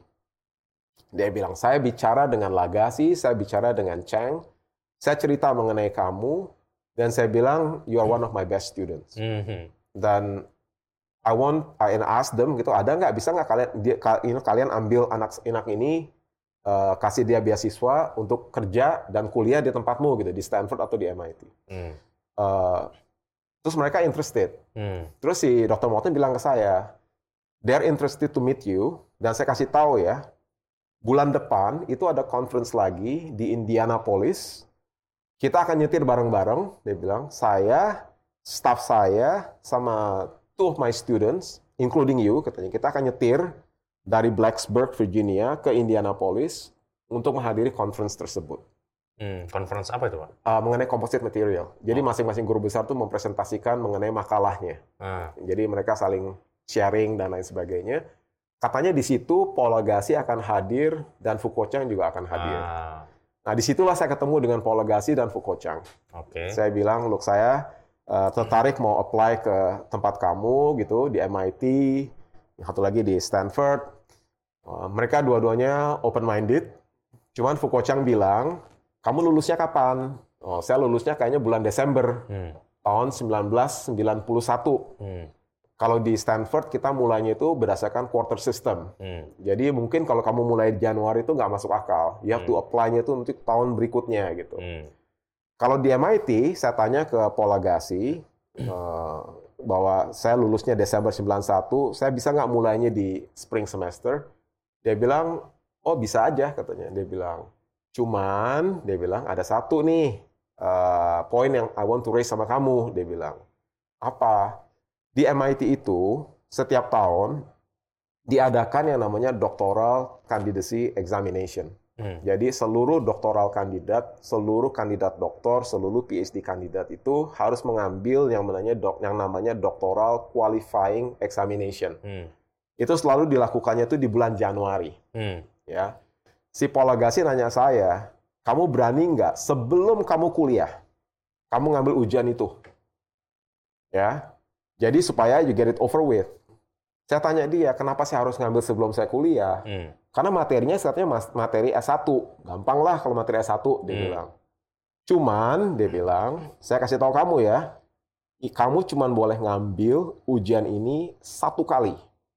Dia bilang, saya bicara dengan Agassi, saya bicara dengan Chang, saya cerita mengenai kamu, dan saya bilang, you are one of my best students. Hmm. Dan I want, I ask them gitu, ada nggak, bisa nggak kalian, dia, kalian ambil anak-anak ini, uh, kasih dia beasiswa untuk kerja dan kuliah di tempatmu gitu, di Stanford atau di M I T. Hmm. Uh, terus mereka interested. Hmm. Terus si dokter Morton bilang ke saya, they're interested to meet you, dan saya kasih tahu ya, bulan depan itu ada conference lagi di Indianapolis, kita akan nyetir bareng-bareng, dia bilang, saya, staff saya, sama two of my students, including you, katanya, kita akan nyetir dari Blacksburg, Virginia, ke Indianapolis untuk menghadiri conference tersebut. Hmm, conference apa itu, Pak? Uh, mengenai composite material. Jadi oh. masing-masing guru besar itu mempresentasikan mengenai makalahnya. Ah. Jadi mereka saling sharing dan lain sebagainya. Katanya di situ Paul Agassi akan hadir dan Fuko Chang juga akan hadir. Ah. Nah, disitulah saya ketemu dengan Paul Agassi dan Fuko Chang. Okay. Saya bilang, look, saya Uh, tertarik mau apply ke tempat kamu gitu di M I T, satu lagi di Stanford. Uh, mereka dua-duanya open-minded. Cuman Fuko Chang bilang, kamu lulusnya kapan? Oh, saya lulusnya kayaknya bulan Desember hmm. tahun seribu sembilan ratus sembilan puluh satu. Hmm. Kalau di Stanford kita mulainya itu berdasarkan quarter system. Hmm. Jadi mungkin kalau kamu mulai Januari itu nggak masuk akal. You have hmm. to apply-nya itu untuk tahun berikutnya gitu. Hmm. Kalau di M I T, saya tanya ke Paul Agassi uh, bahwa saya lulusnya Desember sembilan puluh satu, saya bisa nggak mulainya di spring semester? Dia bilang, oh bisa aja katanya. Dia bilang, cuman dia bilang ada satu nih uh, poin yang I want to raise sama kamu. Dia bilang, apa? Di M I T itu setiap tahun diadakan yang namanya doctoral candidacy examination. Hmm. Jadi seluruh doktoral kandidat, seluruh kandidat doktor, seluruh P H D kandidat itu harus mengambil yang namanya dok, yang namanya doctoral qualifying examination. Hmm. Itu selalu dilakukannya itu di bulan Januari. Hmm. Ya, si Paul Agassi nanya saya, kamu berani nggak sebelum kamu kuliah, kamu ngambil ujian itu? Ya, jadi supaya you get it over with. Saya tanya dia, kenapa saya harus ngambil sebelum saya kuliah? Hmm. Karena materinya katanya materi S satu. Gampang lah kalau materi S satu, dia hmm. bilang. Cuman, dia bilang, saya kasih tahu kamu ya, kamu cuma boleh ngambil ujian ini satu kali.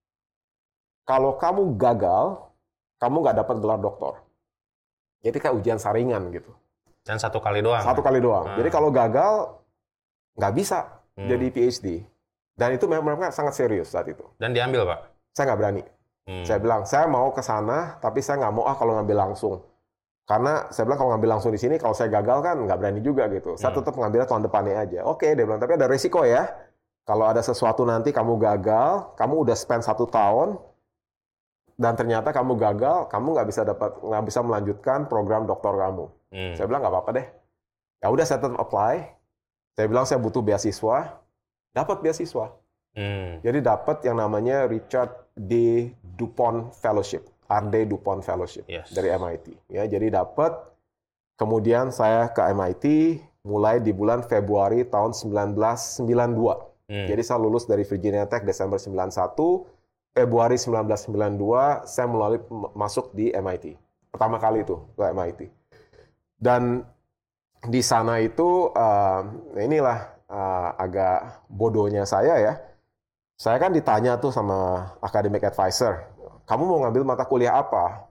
Kalau kamu gagal, kamu nggak dapat gelar doktor. Jadi kayak ujian saringan gitu. Dan satu kali doang? Satu kali doang. Hmm. Jadi kalau gagal, nggak bisa hmm. jadi P H D. Dan itu memang sangat serius saat itu. Dan diambil, Pak? Saya nggak berani. Hmm. Saya bilang, saya mau ke sana, tapi saya nggak mau ah kalau ngambil langsung. Karena saya bilang kalau ngambil langsung di sini, kalau saya gagal kan nggak berani juga gitu. Saya hmm. tetap ngambilnya tahun depannya aja. Oke, dia bilang, tapi ada risiko ya. Kalau ada sesuatu nanti kamu gagal, kamu udah spend satu tahun, dan ternyata kamu gagal, kamu nggak bisa dapat, nggak bisa melanjutkan program doktor kamu. Hmm. Saya bilang nggak apa-apa deh. Ya udah saya tetap apply. Saya bilang saya butuh beasiswa, dapat beasiswa. Hmm. Jadi dapat yang namanya Richard D. DuPont Fellowship, R D DuPont Fellowship yes. dari M I T. Ya, jadi dapat. Kemudian saya ke M I T mulai di bulan Februari tahun sembilan belas sembilan puluh dua. Hmm. Jadi saya lulus dari Virginia Tech Desember sembilan puluh satu, Februari sembilan belas sembilan puluh dua saya mulai masuk di M I T. Pertama kali itu ke M I T. Dan di sana itu uh, inilah uh, agak bodohnya saya ya. Saya kan ditanya tuh sama academic advisor, kamu mau ngambil mata kuliah apa?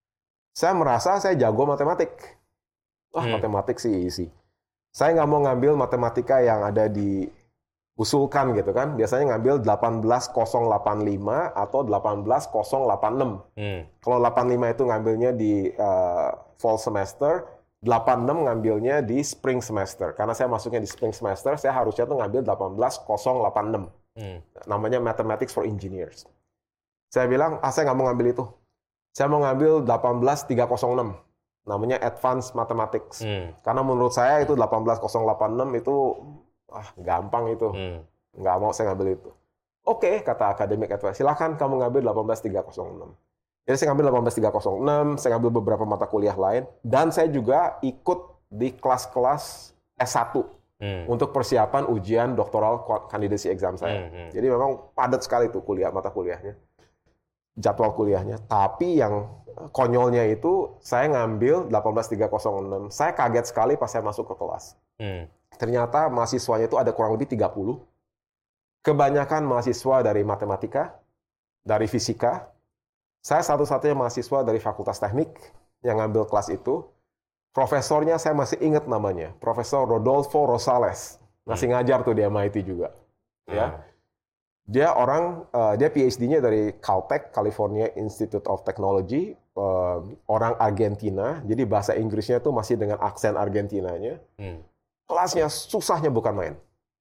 Saya merasa saya jago matematik. Wah, hmm. matematik sih easy. Saya nggak mau ngambil matematika yang ada di usulkan gitu kan. Biasanya ngambil delapan belas nol delapan lima atau delapan belas nol delapan enam. Hmm. Kalau delapan lima itu ngambilnya di uh, fall semester, delapan enam ngambilnya di spring semester. Karena saya masuknya di spring semester, saya harusnya tuh ngambil delapan belas nol delapan enam. Hmm. Namanya Mathematics for Engineers. Saya bilang, ah saya nggak mau ngambil itu. Saya mau ngambil delapan belas tiga nol enam. Namanya Advanced Mathematics. Hmm. Karena menurut saya itu delapan belas nol delapan enam itu ah gampang itu. Hmm. Nggak mau saya ngambil itu. Oke, kata academic advisor, silakan kamu ngambil delapan belas tiga nol enam. Jadi saya ngambil delapan belas tiga nol enam, saya ngambil beberapa mata kuliah lain, dan saya juga ikut di kelas-kelas S satu. Hmm. Untuk persiapan ujian doctoral candidacy exam saya. Hmm, hmm. Jadi memang padat sekali tuh kuliah, mata kuliahnya. Jadwal kuliahnya. Tapi yang konyolnya itu, saya ngambil delapan belas tiga nol enam. Saya kaget sekali pas saya masuk ke kelas. Hmm. Ternyata mahasiswanya itu ada kurang lebih tiga puluh. Kebanyakan mahasiswa dari matematika, dari fisika. Saya satu-satunya mahasiswa dari Fakultas Teknik yang ngambil kelas itu. Profesornya saya masih ingat namanya, Profesor Rodolfo Rosales, masih hmm. ngajar tuh di M I T juga, hmm. ya. Dia orang, uh, dia P H D-nya dari Caltech, California Institute of Technology, uh, orang Argentina, jadi bahasa Inggrisnya tuh masih dengan aksen Argentinanya. Hmm. Kelasnya susahnya bukan main,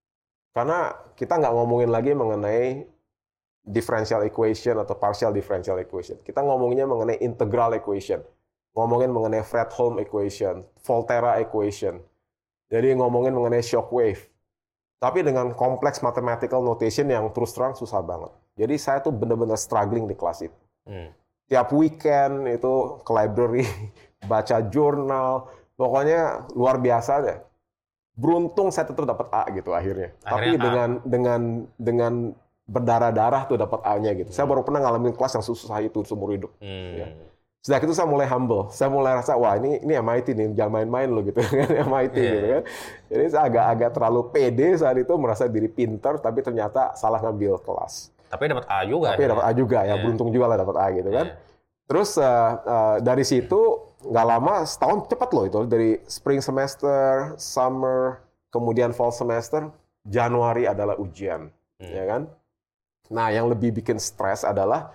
karena kita nggak ngomongin lagi mengenai differential equation atau partial differential equation, kita ngomonginnya mengenai integral equation. Ngomongin mengenai Fredholm equation, Volterra equation. Jadi ngomongin mengenai shock wave. Tapi dengan kompleks mathematical notation yang terus terang susah banget. Jadi saya tuh benar-benar struggling di kelas itu. Hmm. Tiap weekend itu ke library, baca jurnal, pokoknya luar biasa deh. Beruntung saya tetap dapat A gitu akhirnya. akhirnya Tapi A. dengan dengan dengan berdarah-darah tuh dapat A-nya gitu. Hmm. Saya baru pernah ngalamin kelas yang susah itu seumur hidup. Hmm. Ya. Sejak itu saya mulai humble, saya mulai rasa wah ini ini M I T nih, jangan main-main loh gitu kan M I T yeah. gitu kan. Jadi saya agak-agak terlalu pede saat itu merasa diri pinter, tapi ternyata salah ngambil kelas. Tapi dapat A juga. Tapi ya? dapat A juga ya, yeah. beruntung juga lah dapat A gitu kan. Yeah. Terus uh, uh, dari situ nggak lama, setahun cepat loh itu dari spring semester, summer, kemudian fall semester, Januari adalah ujian, hmm. ya kan. Nah yang lebih bikin stres adalah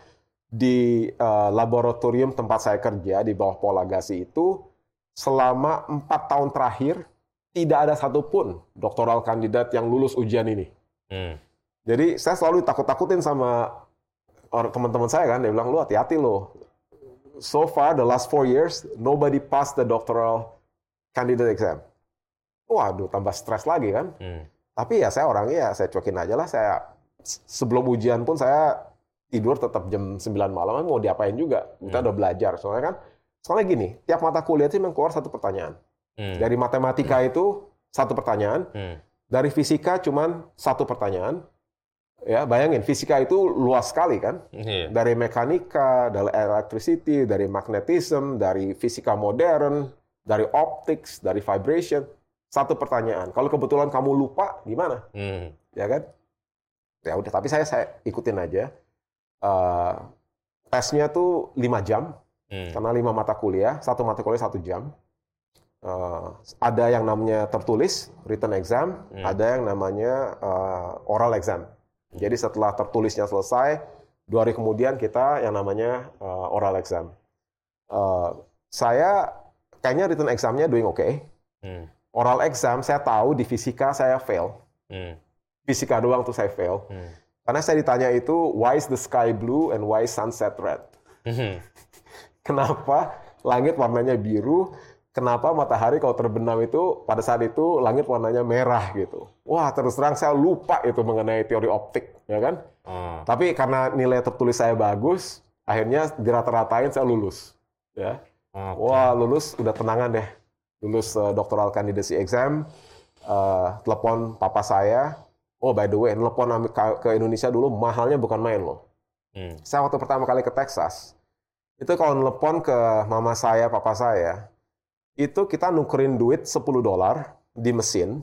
di uh, laboratorium tempat saya kerja di bawah Paul Agassi itu selama empat tahun terakhir tidak ada satupun doktoral kandidat yang lulus ujian ini. Hmm. Jadi saya selalu takut-takutin sama orang teman-teman saya kan, dia bilang lu hati-hati loh. So far the last four years nobody passed the doctoral candidate exam. Waduh, tambah stres lagi kan. Hmm. Tapi ya saya orangnya ya saya cuekin aja lah. Saya sebelum ujian pun saya tidur tetap jam sembilan malam, mau diapain juga. Kita hmm. udah belajar. Soalnya kan, soalnya gini, tiap mata kuliah itu memang keluar satu pertanyaan. Hmm. Dari matematika hmm. itu satu pertanyaan, hmm. dari fisika cuman satu pertanyaan. Ya, bayangin, fisika itu luas sekali kan. Yeah. Dari mekanika, dari electricity, dari magnetism, dari fisika modern, dari optics, dari vibration. Satu pertanyaan. Kalau kebetulan kamu lupa, gimana? Hmm. Ya kan? Ya udah, tapi saya saya ikutin aja. Uh, tesnya tuh lima jam, hmm. karena lima mata kuliah, satu mata kuliah satu jam. Uh, ada yang namanya tertulis, written exam, hmm. ada yang namanya uh, oral exam. Jadi setelah tertulisnya selesai, dua hari kemudian kita yang namanya uh, oral exam. Uh, saya kayaknya written examnya doing oke. Okay. Hmm. Oral exam saya tahu di fisika saya fail. Hmm. Fisika doang tuh saya fail. Hmm. Karena saya ditanya itu, why is the sky blue and why is sunset red? Hmm. Kenapa langit warnanya biru? Kenapa matahari kalau terbenam itu pada saat itu langit warnanya merah gitu? Wah, terus terang saya lupa itu mengenai teori optik, ya kan? Hmm. Tapi karena nilai tertulis saya bagus, akhirnya dirata-ratain saya lulus, ya. Okay. Wah, lulus udah tenangan deh. Lulus uh, doctoral candidacy exam, uh, telepon papa saya. Oh, by the way, telepon ke Indonesia dulu mahalnya bukan main loh. Hmm. Saya waktu pertama kali ke Texas, itu kalau telepon ke mama saya, papa saya, itu kita nukerin duit sepuluh dolar di mesin,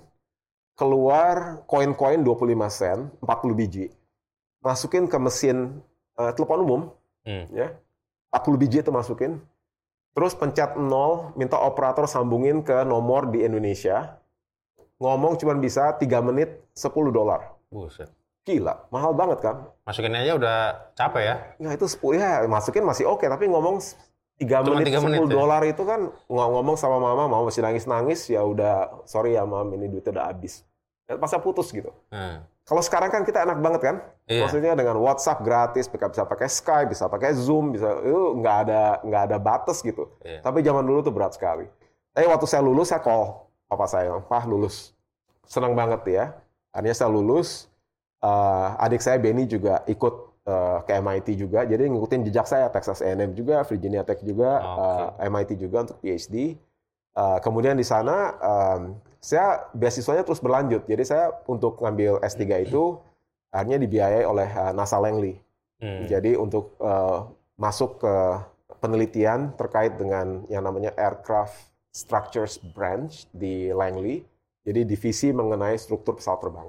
keluar koin-koin dua puluh lima sen, empat puluh biji, masukin ke mesin uh, telepon umum, hmm. ya, empat puluh biji itu masukin, terus pencet nol, minta operator sambungin ke nomor di Indonesia, ngomong cuma bisa tiga menit, sepuluh dolar. Buset. Gila, mahal banget kan? Masukin aja udah capek ya? Ya itu sepuluh, ya masukin masih oke, tapi ngomong tiga menit, sepuluh dolar ya? Itu kan ngomong sama mama, mama masih nangis-nangis, ya udah, sorry ya mam, ini duitnya udah habis. Ya, pasnya putus gitu. Hmm. Kalau sekarang kan kita enak banget kan? Iya. Maksudnya dengan WhatsApp gratis, bisa pakai Skype, bisa pakai Zoom, bisa itu nggak ada nggak ada batas gitu. Iya. Tapi zaman dulu tuh berat sekali. Tapi waktu saya lulus, saya call papa saya, Pak lulus. Senang banget ya. Akhirnya saya lulus. Uh, adik saya Benny juga ikut Uh, ke M I T juga, jadi ngikutin jejak saya, Texas A and M juga, Virginia Tech juga, okay. uh, M I T juga untuk P H D. Uh, kemudian di sana um, saya beasiswanya terus berlanjut, jadi saya untuk ngambil S tiga itu akhirnya dibiayai oleh uh, NASA Langley. Hmm. Jadi untuk uh, masuk ke penelitian terkait dengan yang namanya Aircraft Structures Branch di Langley, jadi divisi mengenai struktur pesawat terbang.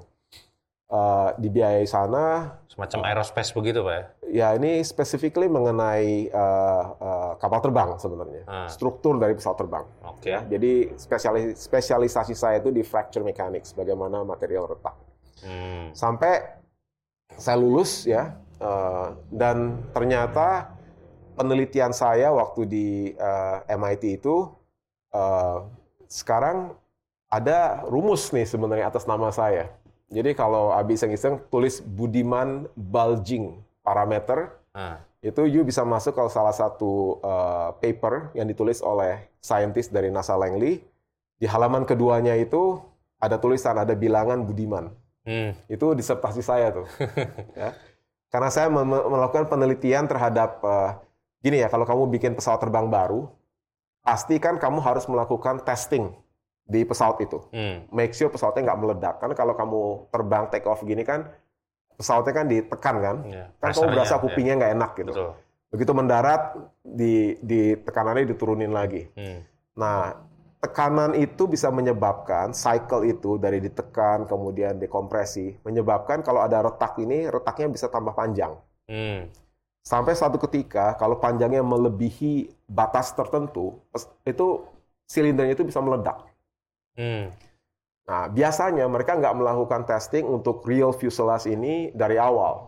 Uh, dibiayai sana semacam aerospace begitu Pak ya? Ya ini specifically mengenai uh, uh, kapal terbang sebenarnya, hmm. struktur dari pesawat terbang. Okay. Ya, jadi spesialis spesialisasi saya itu di fracture mechanics, bagaimana material retak. Hmm. Sampai saya lulus ya, uh, dan ternyata penelitian saya waktu di uh, M I T itu uh, sekarang ada rumus nih sebenarnya atas nama saya. Jadi kalau Abi iseng-iseng tulis Budiman Bulging parameter, ah. itu you bisa masuk kalau salah satu uh, paper yang ditulis oleh scientist dari NASA Langley. Di halaman keduanya itu ada tulisan, ada bilangan Budiman. Hmm. Itu disertasi saya tuh. Ya. Karena saya melakukan penelitian terhadap, uh, gini ya, kalau kamu bikin pesawat terbang baru, pasti kan kamu harus melakukan testing di pesawat itu, hmm. make sure pesawatnya nggak meledak. Karena kalau kamu terbang take off gini kan, pesawatnya kan ditekan kan, yeah. kan kamu berasa kupingnya nggak yeah. enak gitu. Betul. Begitu mendarat, di, di tekanannya diturunin lagi. Hmm. Nah, tekanan itu bisa menyebabkan cycle itu dari ditekan kemudian dekompresi, menyebabkan kalau ada retak ini, retaknya bisa tambah panjang. Hmm. Sampai suatu ketika kalau panjangnya melebihi batas tertentu, itu silindernya itu bisa meledak. Hmm. Nah, biasanya mereka nggak melakukan testing untuk real fuselage ini dari awal.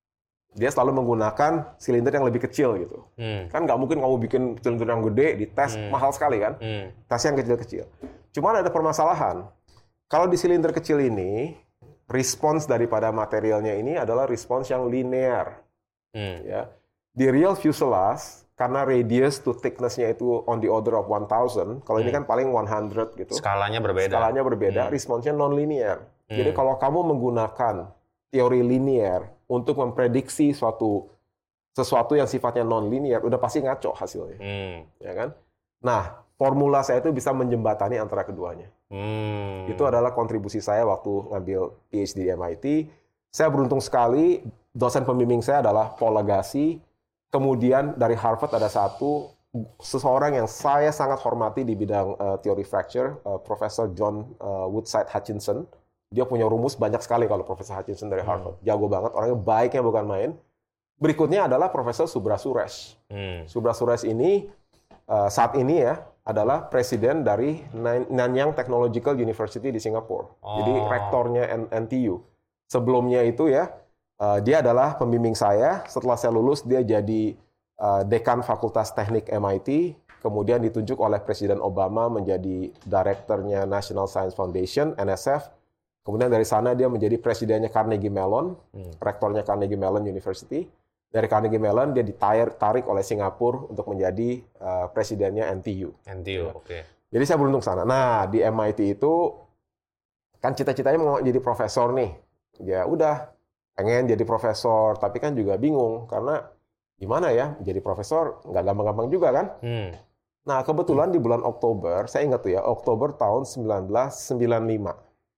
Dia selalu menggunakan silinder yang lebih kecil gitu. Hmm. Kan nggak mungkin kamu bikin silinder yang gede, dites hmm. mahal sekali kan? Hmm. Tes yang kecil-kecil. Cuman ada permasalahan. Kalau di silinder kecil ini, respons daripada materialnya ini adalah respons yang linear. Hmm. Ya. Di real fuselage, karena radius to thickness-nya itu on the order of one thousand, kalau hmm. ini kan paling one hundred gitu. Skalanya berbeda. Skalanya berbeda, hmm. responsnya non-linear. Hmm. Jadi kalau kamu menggunakan teori linear untuk memprediksi suatu sesuatu yang sifatnya non-linear, udah pasti ngaco hasilnya. Hmm. Ya kan? Nah, formula saya itu bisa menjembatani antara keduanya. Hmm. Itu adalah kontribusi saya waktu ngambil P H D di M I T. Saya beruntung sekali, dosen pembimbing saya adalah Paul Lagasse. Kemudian dari Harvard ada satu seseorang yang saya sangat hormati di bidang uh, teori fracture, uh, Profesor John uh, Woodside Hutchinson. Dia punya rumus banyak sekali kalau Profesor Hutchinson dari Harvard. Hmm. Jago banget, orangnya baiknya bukan main. Berikutnya adalah Profesor Subra Suresh. Hmm. Subra Suresh ini uh, saat ini ya adalah presiden dari Nanyang Technological University di Singapura. Oh. Jadi rektornya N T U. Sebelumnya itu ya, Uh, dia adalah pembimbing saya. Setelah saya lulus, dia jadi uh, dekan Fakultas Teknik M I T. Kemudian ditunjuk oleh Presiden Obama menjadi direkturnya National Science Foundation, N S F. Kemudian dari sana dia menjadi presidennya Carnegie Mellon, hmm. rektornya Carnegie Mellon University. Dari Carnegie Mellon dia ditarik oleh Singapura untuk menjadi uh, presidennya N T U. N T U, ya. Oke. Okay. Jadi saya beruntung sana. Nah, di M I T itu kan cita-citanya mau jadi profesor nih. Ya udah, pengen jadi profesor, tapi kan juga bingung karena gimana ya, jadi profesor nggak gampang-gampang juga kan. Hmm. Nah, kebetulan di bulan Oktober, saya ingat tuh ya, Oktober tahun sembilan belas sembilan puluh lima,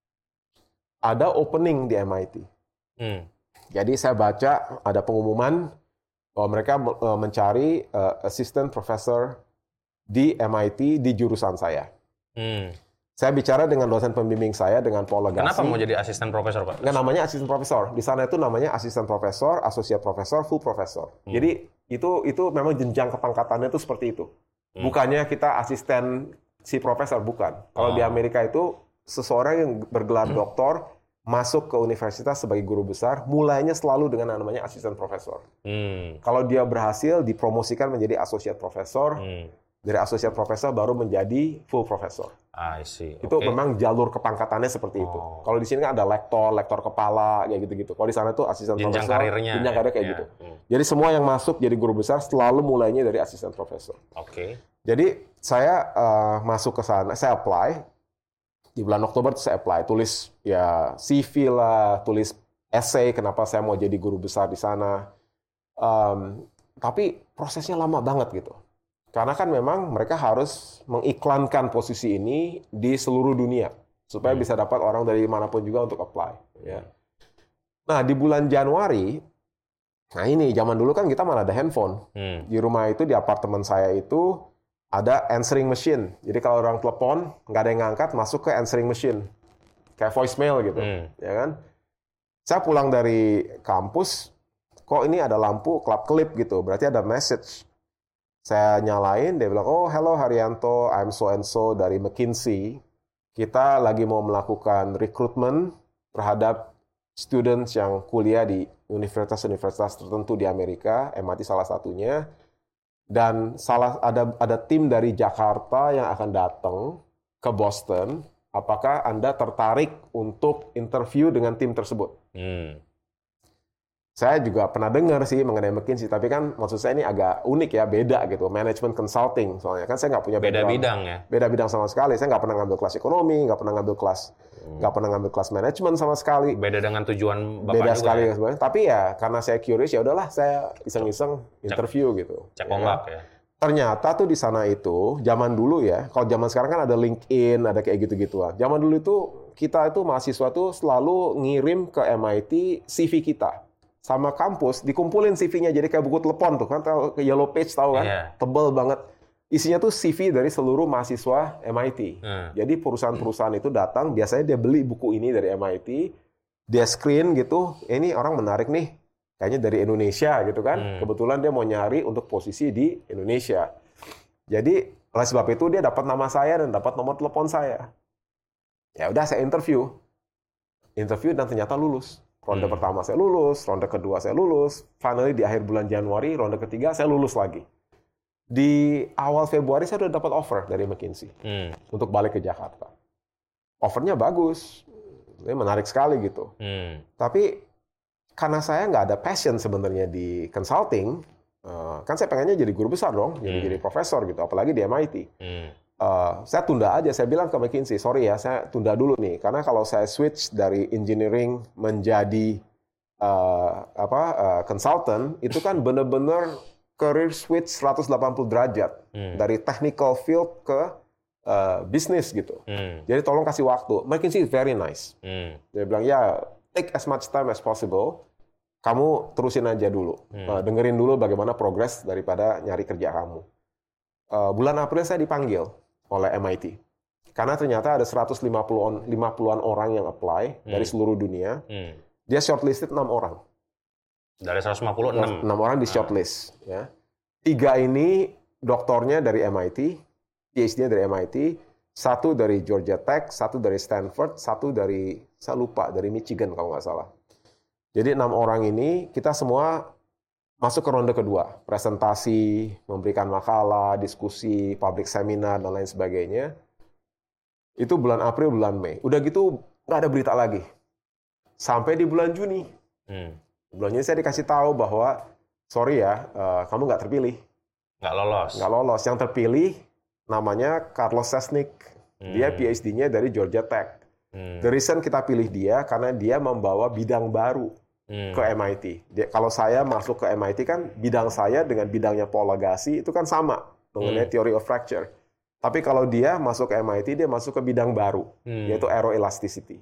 ada opening di M I T. Hmm. Jadi saya baca ada pengumuman bahwa mereka mencari uh, assistant professor di M I T di jurusan saya. Hmm. Saya bicara dengan dosen pembimbing saya, dengan Paul Legassi. Kenapa mau jadi asisten profesor, Pak? Nggak, namanya asisten profesor. Di sana itu namanya asisten profesor, associate profesor, full profesor. Hmm. Jadi itu itu memang jenjang kepangkatannya itu seperti itu. Hmm. Bukannya kita asisten si profesor, bukan. Kalau oh. di Amerika itu seseorang yang bergelar hmm. doktor masuk ke universitas sebagai guru besar, mulainya selalu dengan namanya asisten profesor. Hmm. Kalau dia berhasil dipromosikan menjadi associate profesor, hmm. dari associate profesor baru menjadi full profesor. I see. Itu okay. memang jalur kepangkatannya seperti itu. Oh. Kalau di sini kan ada lektor, lektor kepala, kayak gitu-gitu. Kalau di sana tuh asisten jenjang profesor, karirnya, jenjang karir kayak ya. gitu. Hmm. Jadi semua yang masuk jadi guru besar selalu mulainya dari asisten profesor. Oke. Okay. Jadi saya uh, masuk ke sana, saya apply di bulan Oktober tuh saya apply, tulis ya C V lah, tulis essay kenapa saya mau jadi guru besar di sana. Um, tapi prosesnya lama banget gitu. Karena kan memang mereka harus mengiklankan posisi ini di seluruh dunia supaya hmm. bisa dapat orang dari manapun juga untuk apply. Ya. Nah di bulan Januari, nah ini zaman dulu kan kita mana ada handphone. Hmm. Di rumah itu di apartemen saya itu ada answering machine. Jadi kalau orang telepon nggak ada yang ngangkat, masuk ke answering machine, kayak voicemail gitu, hmm. ya kan? Saya pulang dari kampus, kok ini ada lampu kelap-kelip gitu, berarti ada message. Saya nyalain, dia bilang, oh hello Haryanto, I'm so and so dari McKinsey. Kita lagi mau melakukan rekrutmen terhadap students yang kuliah di universitas-universitas tertentu di Amerika, M I T salah satunya. Dan salah ada ada tim dari Jakarta yang akan datang ke Boston. Apakah Anda tertarik untuk interview dengan tim tersebut? Hmm. Saya juga pernah dengar sih mengenai McKinsey, tapi kan maksud saya ini agak unik ya, beda gitu, management consulting soalnya kan saya nggak punya beda bidang ya, beda bidang sama sekali. Saya nggak pernah ngambil kelas ekonomi, nggak pernah ngambil kelas, hmm. nggak pernah ngambil kelas manajemen sama sekali. Beda dengan tujuan bapak beda juga sekali ya? Sebenarnya. Tapi ya karena saya curious ya udahlah saya iseng-iseng interview gitu. Cek ombak ya. Ternyata tuh di sana itu zaman dulu ya, kalau zaman sekarang kan ada LinkedIn, ada kayak gitu-gituan. Zaman dulu itu kita itu mahasiswa tuh selalu ngirim ke M I T C V kita. Sama kampus, dikumpulin C V-nya jadi kayak buku telepon tuh kan, tahu ke yellow page tahu kan, yeah. Tebel banget. Isinya tuh C V dari seluruh mahasiswa M I T. Hmm. Jadi perusahaan-perusahaan itu datang, biasanya dia beli buku ini dari M I T, dia screen gitu, eh, ini orang menarik nih, kayaknya dari Indonesia gitu kan. Hmm. Kebetulan dia mau nyari untuk posisi di Indonesia. Jadi oleh sebab itu dia dapat nama saya dan dapat nomor telepon saya. Ya udah saya interview, interview dan ternyata lulus. Ronde hmm. pertama saya lulus, ronde kedua saya lulus, finally di akhir bulan Januari, ronde ketiga saya lulus lagi. Di awal Februari saya sudah dapat offer dari McKinsey hmm. untuk balik ke Jakarta. Offernya bagus, menarik sekali gitu. Hmm. Tapi karena saya nggak ada passion sebenarnya di consulting, kan saya pengennya jadi guru besar dong, jadi hmm. jadi profesor gitu, apalagi di M I T. Hmm. Uh, saya tunda aja, saya bilang ke McKinsey, sorry ya, saya tunda dulu nih, karena kalau saya switch dari engineering menjadi uh, apa uh, consultant, itu kan benar-benar career switch seratus delapan puluh derajat hmm. dari technical field ke uh, bisnis gitu. Hmm. Jadi tolong kasih waktu. McKinsey is very nice. Hmm. Dia bilang ya, take as much time as possible. Kamu terusin aja dulu, hmm. uh, dengerin dulu bagaimana progres daripada nyari kerja kamu. Uh, bulan April saya dipanggil oleh M I T. Karena ternyata ada seratus lima puluhan orang yang apply hmm. dari seluruh dunia. Hmm. Dia shortlisted enam orang. Dari seratus lima puluh, enam? enam orang di shortlist. Hmm. Ya. Tiga ini doktornya dari M I T, P H D-nya dari M I T, satu dari Georgia Tech, satu dari Stanford, satu dari, saya lupa, dari Michigan kalau nggak salah. Jadi enam orang ini kita semua masuk ke ronde kedua, presentasi, memberikan makalah, diskusi, public seminar dan lain sebagainya. Itu bulan April, bulan Mei. Udah gitu nggak ada berita lagi. Sampai di bulan Juni. Hmm. Bulan Juni saya dikasih tahu bahwa sorry ya, uh, kamu nggak terpilih. Nggak lolos. Nggak lolos. Yang terpilih namanya Carlos Sesnik. Hmm. Dia P H D-nya dari Georgia Tech. Hmm. The reason kita pilih dia karena dia membawa bidang baru hmm. ke M I T. Dia, kalau saya masuk ke M I T kan bidang saya dengan bidangnya Paul Lagasse itu kan sama mengenai hmm. theory of fracture. Tapi kalau dia masuk ke M I T dia masuk ke bidang baru hmm. yaitu aeroelasticity.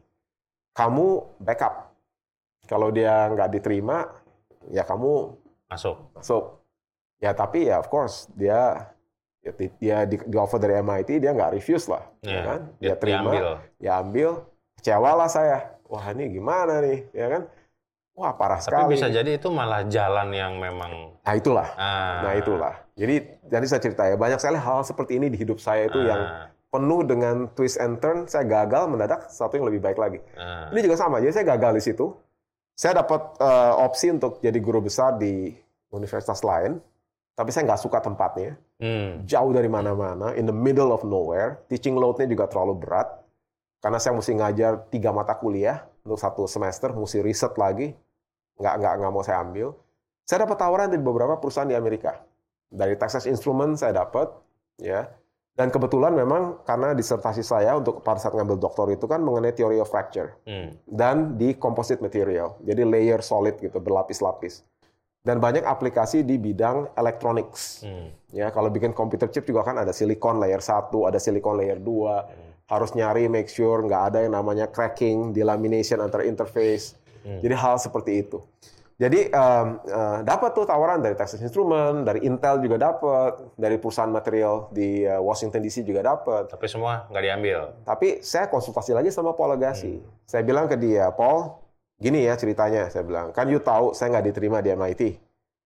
Kamu backup. Kalau dia nggak diterima ya kamu masuk. Masuk. Ya tapi ya of course dia ya, dia di, di offer dari M I T dia nggak refuse lah, yeah. ya kan? Dia, dia terima, diambil. dia ambil, kecewalah saya. Wah ini gimana nih, ya kan? Wah parah tapi sekali. Tapi bisa jadi itu malah jalan yang memang. Nah itulah, ah. nah itulah. Jadi jadi saya cerita ya banyak sekali hal seperti ini di hidup saya itu ah. yang penuh dengan twist and turn. Saya gagal mendadak sesuatu yang lebih baik lagi. Ah. Ini juga sama, jadi saya gagal di situ. Saya dapat uh, opsi untuk jadi guru besar di universitas lain. Tapi saya nggak suka tempatnya, hmm. jauh dari mana-mana, in the middle of nowhere, teaching load-nya juga terlalu berat, karena saya mesti ngajar tiga mata kuliah untuk satu semester, mesti riset lagi, nggak nggak nggak mau saya ambil. Saya dapat tawaran dari beberapa perusahaan di Amerika, dari Texas Instruments saya dapat, ya, dan kebetulan memang karena disertasi saya untuk pada saat ngambil doktor itu kan mengenai theory of fracture hmm. dan di composite material, jadi layer solid gitu, berlapis-lapis. Dan banyak aplikasi di bidang electronics. Hmm. Ya, kalau bikin komputer chip juga kan ada silikon layer satu, ada silikon layer dua. Hmm. Harus nyari make sure nggak ada yang namanya cracking, delamination antar interface. Hmm. Jadi hal seperti itu. Jadi um, uh, dapat tuh tawaran dari Texas Instruments, dari Intel juga dapat, dari perusahaan material di uh, Washington D C juga dapat. Tapi semua nggak diambil. Tapi saya konsultasi lagi sama Paul Lagasse. Hmm. Saya bilang ke dia, Paul, gini ya ceritanya, saya bilang, kan you tahu saya nggak diterima di M I T.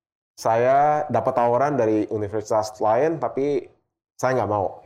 Saya dapat tawaran dari universitas lain, tapi saya nggak mau.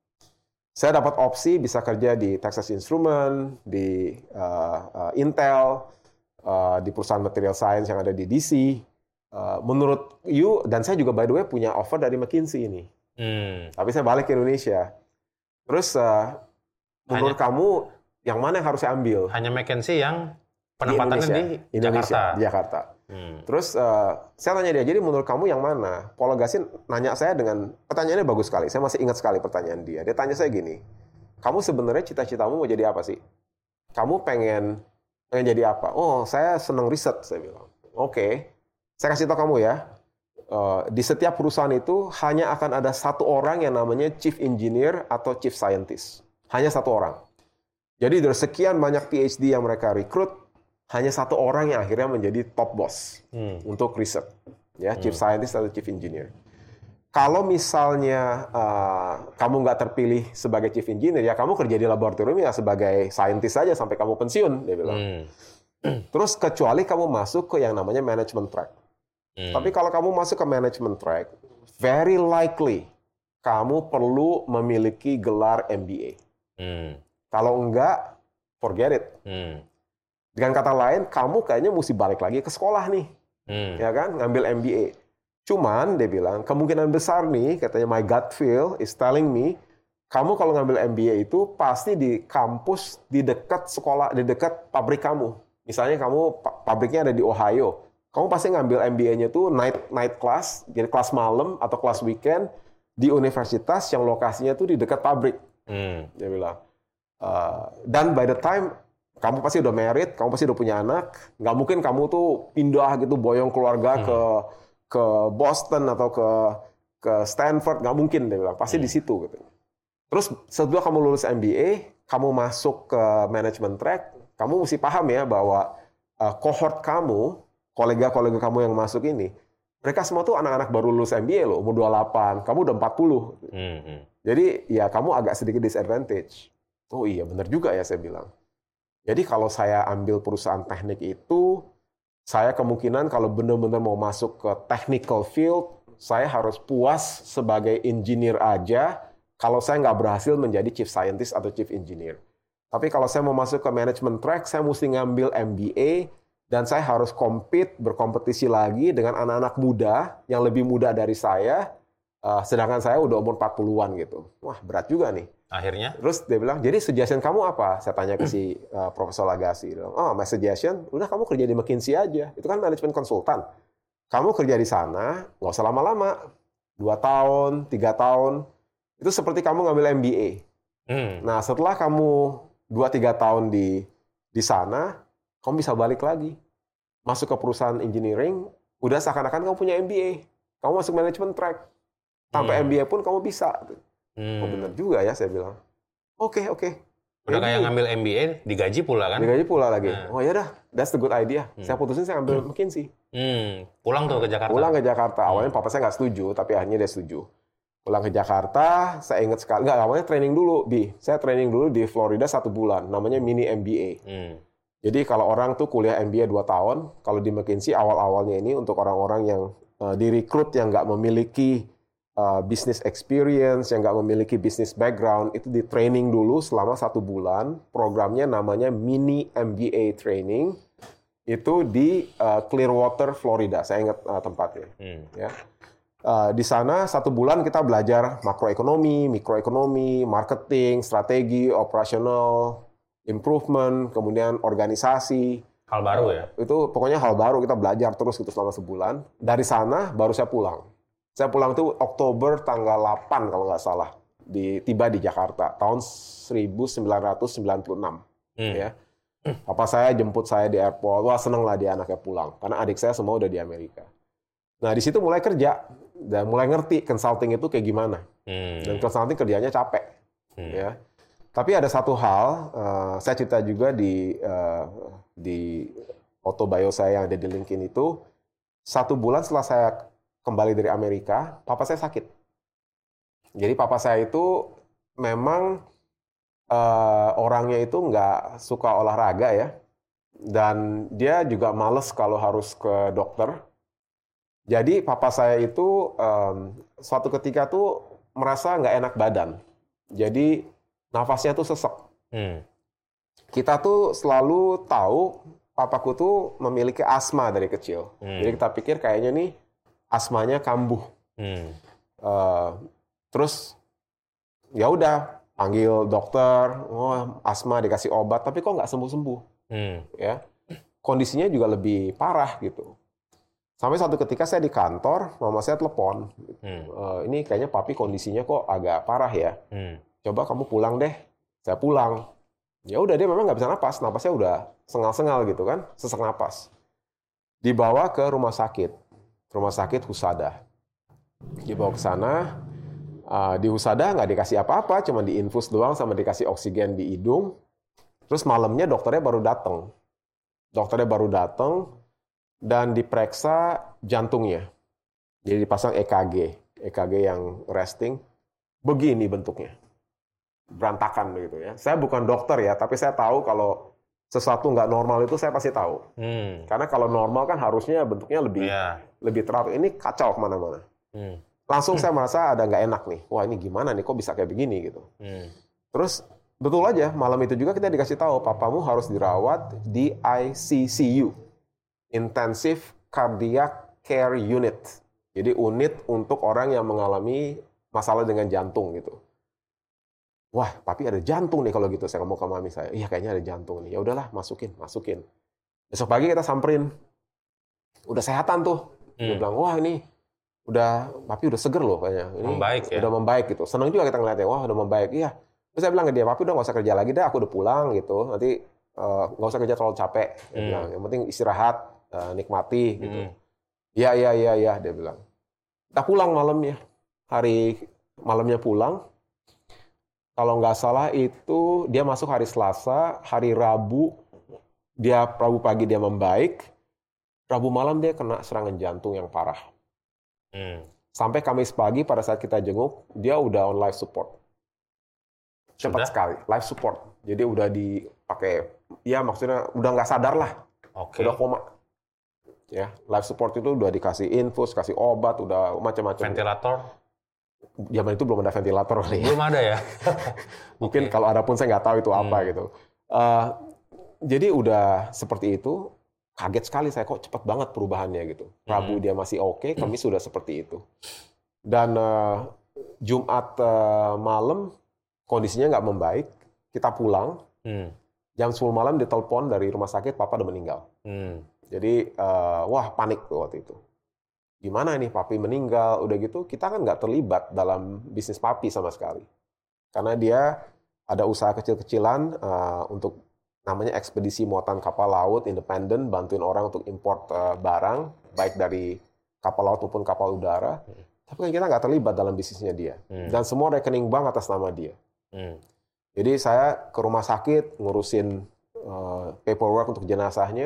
Saya dapat opsi bisa kerja di Texas Instruments, di uh, uh, Intel, uh, di perusahaan material science yang ada di D C. Uh, menurut you, dan saya juga by the way punya offer dari McKinsey ini. Hmm. Tapi saya balik ke Indonesia. Terus, uh, menurut Hanya... kamu, yang mana yang harus saya ambil? Hanya McKinsey yang penempatannya di, di Indonesia, Jakarta. Di Jakarta. Hmm. Terus uh, saya tanya dia, jadi menurut kamu yang mana? Paul Lagasse nanya saya dengan pertanyaannya bagus sekali. Saya masih ingat sekali pertanyaan dia. Dia tanya saya gini, kamu sebenarnya cita-citamu mau jadi apa sih? Kamu pengen pengen jadi apa? Oh, saya senang riset, saya bilang. Oke, okay. Saya kasih tahu kamu ya. Uh, di setiap perusahaan itu hanya akan ada satu orang yang namanya chief engineer atau chief scientist. Hanya satu orang. Jadi dari sekian banyak P H D yang mereka rekrut, hanya satu orang yang akhirnya menjadi top boss hmm. untuk riset, ya, chief hmm. scientist atau chief engineer. Kalau misalnya uh, kamu nggak terpilih sebagai chief engineer, ya kamu kerja di laboratorium ya sebagai scientist saja sampai kamu pensiun, dia bilang. Hmm. Terus kecuali kamu masuk ke yang namanya management track. Hmm. Tapi kalau kamu masuk ke management track, very likely kamu perlu memiliki gelar M B A. Hmm. Kalau enggak, forget it. Hmm. Dengan kata lain, kamu kayaknya mesti balik lagi ke sekolah nih, hmm. ya kan, ngambil M B A. Cuman dia bilang kemungkinan besar nih, katanya my gut feel is telling me, kamu kalau ngambil M B A itu pasti di kampus di dekat sekolah, di dekat pabrik kamu. Misalnya kamu pabriknya ada di Ohio, kamu pasti ngambil M B A-nya tuh night night class, jadi kelas malam atau kelas weekend di universitas yang lokasinya tuh di dekat pabrik. Hmm. Dia bilang. Uh, dan by the time kamu pasti udah married, kamu pasti udah punya anak, nggak mungkin kamu tuh pindah gitu boyong keluarga hmm. ke ke Boston atau ke ke Stanford, nggak mungkin dia bilang, pasti hmm. di situ gitu. Terus setelah kamu lulus M B A, kamu masuk ke management track, kamu mesti paham ya bahwa uh, cohort kamu, kolega-kolega kamu yang masuk ini, mereka semua tuh anak-anak baru lulus M B A loh, umur dua puluh delapan, kamu udah empat puluh. Hmm. Jadi ya kamu agak sedikit disadvantage. Oh iya benar juga ya saya bilang. Jadi kalau saya ambil perusahaan teknik itu, saya kemungkinan kalau benar-benar mau masuk ke technical field, saya harus puas sebagai engineer aja kalau saya nggak berhasil menjadi chief scientist atau chief engineer. Tapi kalau saya mau masuk ke management track, saya mesti ngambil M B A dan saya harus compete, berkompetisi lagi dengan anak-anak muda yang lebih muda dari saya, uh, sedangkan saya udah umur empat puluhan gitu. Wah, berat juga nih. Akhirnya? Terus dia bilang, jadi suggestion kamu apa? Saya tanya ke si uh, Profesor Lagasse. Oh, my suggestion, udah kamu kerja di McKinsey aja. Itu kan manajemen konsultan. Kamu kerja di sana, nggak usah lama-lama. Dua tahun, tiga tahun. Itu seperti kamu ngambil M B A. Hmm. Nah, setelah kamu dua tiga tahun di di sana, kamu bisa balik lagi. Masuk ke perusahaan engineering, udah seakan-akan kamu punya M B A. Kamu masuk manajemen track. Sampai hmm. M B A pun kamu bisa. Hmm. Oh, benar juga ya, saya bilang. Oke, okay, oke. Okay. Udah kayak ngambil M B A, digaji pula kan? Digaji pula lagi. Hmm. Oh ya dah, that's the good idea. Hmm. Saya putusin saya ambil hmm. McKinsey. Hmm. Pulang tuh ke Jakarta? Pulang ke Jakarta. Awalnya hmm. papa saya nggak setuju, tapi akhirnya dia setuju. Pulang ke Jakarta, saya ingat sekali. Nggak, awalnya training dulu, Bi. Saya training dulu di Florida satu bulan. Namanya mini M B A. Hmm. Jadi kalau orang tuh kuliah M B A dua tahun, kalau di McKinsey awal-awalnya ini untuk orang-orang yang uh, direkrut yang nggak memiliki Uh, business experience, yang nggak memiliki business background, itu di training dulu selama satu bulan. Programnya namanya mini M B A training. Itu di uh, Clearwater, Florida. Saya ingat uh, tempatnya. Hmm. Ya. Uh, di sana satu bulan kita belajar makroekonomi, mikroekonomi, marketing, strategi, operational improvement, kemudian organisasi. Hal baru ya? Itu pokoknya hal baru, kita belajar terus gitu selama sebulan. Dari sana baru saya pulang. Saya pulang tuh Oktober tanggal delapan kalau nggak salah, di, tiba di Jakarta tahun seribu sembilan ratus sembilan puluh enam. Hmm. Ya. Papa saya jemput saya di airport, wah seneng lah dia anaknya pulang, karena adik saya semua udah di Amerika. Nah di situ mulai kerja dan mulai ngerti consulting itu kayak gimana. Hmm. Dan consulting kerjanya capek. Hmm. Ya. Tapi ada satu hal, uh, saya cerita juga di uh, di autobio saya yang ada di LinkedIn itu, satu bulan setelah saya kembali dari Amerika, papa saya sakit. Jadi papa saya itu memang uh, orangnya itu nggak suka olahraga ya, dan dia juga males kalau harus ke dokter. Jadi papa saya itu um, suatu ketika tuh merasa nggak enak badan. Jadi nafasnya tuh sesek. Hmm. Kita tuh selalu tahu papaku tuh memiliki asma dari kecil. Hmm. Jadi kita pikir kayaknya nih asmanya kambuh. Hmm. Uh, terus ya udah panggil dokter, oh asma dikasih obat, tapi kok nggak sembuh-sembuh. Hmm. Ya, kondisinya juga lebih parah gitu. Sampai suatu ketika saya di kantor, mama saya telepon, hmm. uh, ini kayaknya papi kondisinya kok agak parah ya. Hmm. Coba kamu pulang deh. Saya pulang. Ya udah dia memang nggak bisa napas, napasnya udah sengal-sengal gitu kan, sesak napas. Dibawa ke rumah sakit. Rumah sakit Husada. Dibawa ke sana, uh, di Husada nggak dikasih apa-apa, cuma diinfus doang sama dikasih oksigen di hidung. Terus malamnya dokternya baru datang. Dokternya baru datang dan diperiksa jantungnya. Jadi dipasang E K G, E K G yang resting. Begini bentuknya, berantakan begitu ya. Saya bukan dokter ya, tapi saya tahu kalau sesuatu nggak normal itu saya pasti tahu. Hmm. Karena kalau normal kan harusnya bentuknya lebih yeah. lebih teratur. Ini kacau kemana-mana. Hmm. Langsung hmm. saya merasa ada nggak enak nih. Wah ini gimana nih, kok bisa kayak begini gitu. Hmm. Terus betul aja, malam itu juga kita dikasih tahu, papamu harus dirawat di I C C U. Intensive Cardiac Care Unit. Jadi unit untuk orang yang mengalami masalah dengan jantung gitu. Wah, papi ada jantung nih kalau gitu. Saya ngomong ke mami saya, iya kayaknya ada jantung nih. Ya udahlah, masukin, masukin. Besok pagi kita samperin. Udah sehatan tuh. Hmm. Dia bilang, wah ini udah, papi udah seger loh kayaknya. Ini membaik ya? Udah membaik gitu. Senang juga kita ngeliatnya, wah udah membaik. Iya. Terus saya bilang ke dia, papi udah nggak usah kerja lagi dah, aku udah pulang gitu. Nanti uh, nggak usah kerja terlalu capek. Dia hmm. bilang, yang penting istirahat, uh, nikmati gitu. Iya, hmm. iya, iya, iya, dia bilang. Kita pulang malamnya. Hari malamnya pulang. Kalau nggak salah itu dia masuk hari Selasa, hari Rabu dia Rabu pagi dia membaik, Rabu malam dia kena serangan jantung yang parah. Hmm. Sampai Kamis pagi pada saat kita jenguk dia udah on life support. Cepat sudah? Sekali, life support. Jadi udah dipakai, ya maksudnya udah nggak sadar lah, okay. Udah koma. Ya, life support itu udah dikasih infus, kasih obat, udah macam-macam. Ventilator? Zaman itu belum ada ventilator kali ya. Belum ada ya? Mungkin okay. Kalau ada pun saya nggak tahu itu apa hmm. gitu. Uh, jadi udah seperti itu. kaget sekali saya kok cepat banget perubahannya gitu. Rabu Hmm. dia masih oke, Kamis sudah seperti itu. Dan uh, Jumat uh, malam kondisinya nggak membaik, kita pulang. Hmm. Jam sepuluh malam ditelepon dari rumah sakit, papa udah meninggal. Hmm. Jadi uh, wah panik tuh waktu itu. Gimana nih papi meninggal, udah gitu kita kan nggak terlibat dalam bisnis papi sama sekali. Karena dia ada usaha kecil-kecilan uh, untuk namanya ekspedisi muatan kapal laut independen, bantuin orang untuk import uh, barang, baik dari kapal laut maupun kapal udara. Hmm. Tapi kan kita nggak terlibat dalam bisnisnya dia. Hmm. Dan semua rekening bank atas nama dia. Hmm. Jadi saya ke rumah sakit ngurusin uh, paperwork untuk jenazahnya.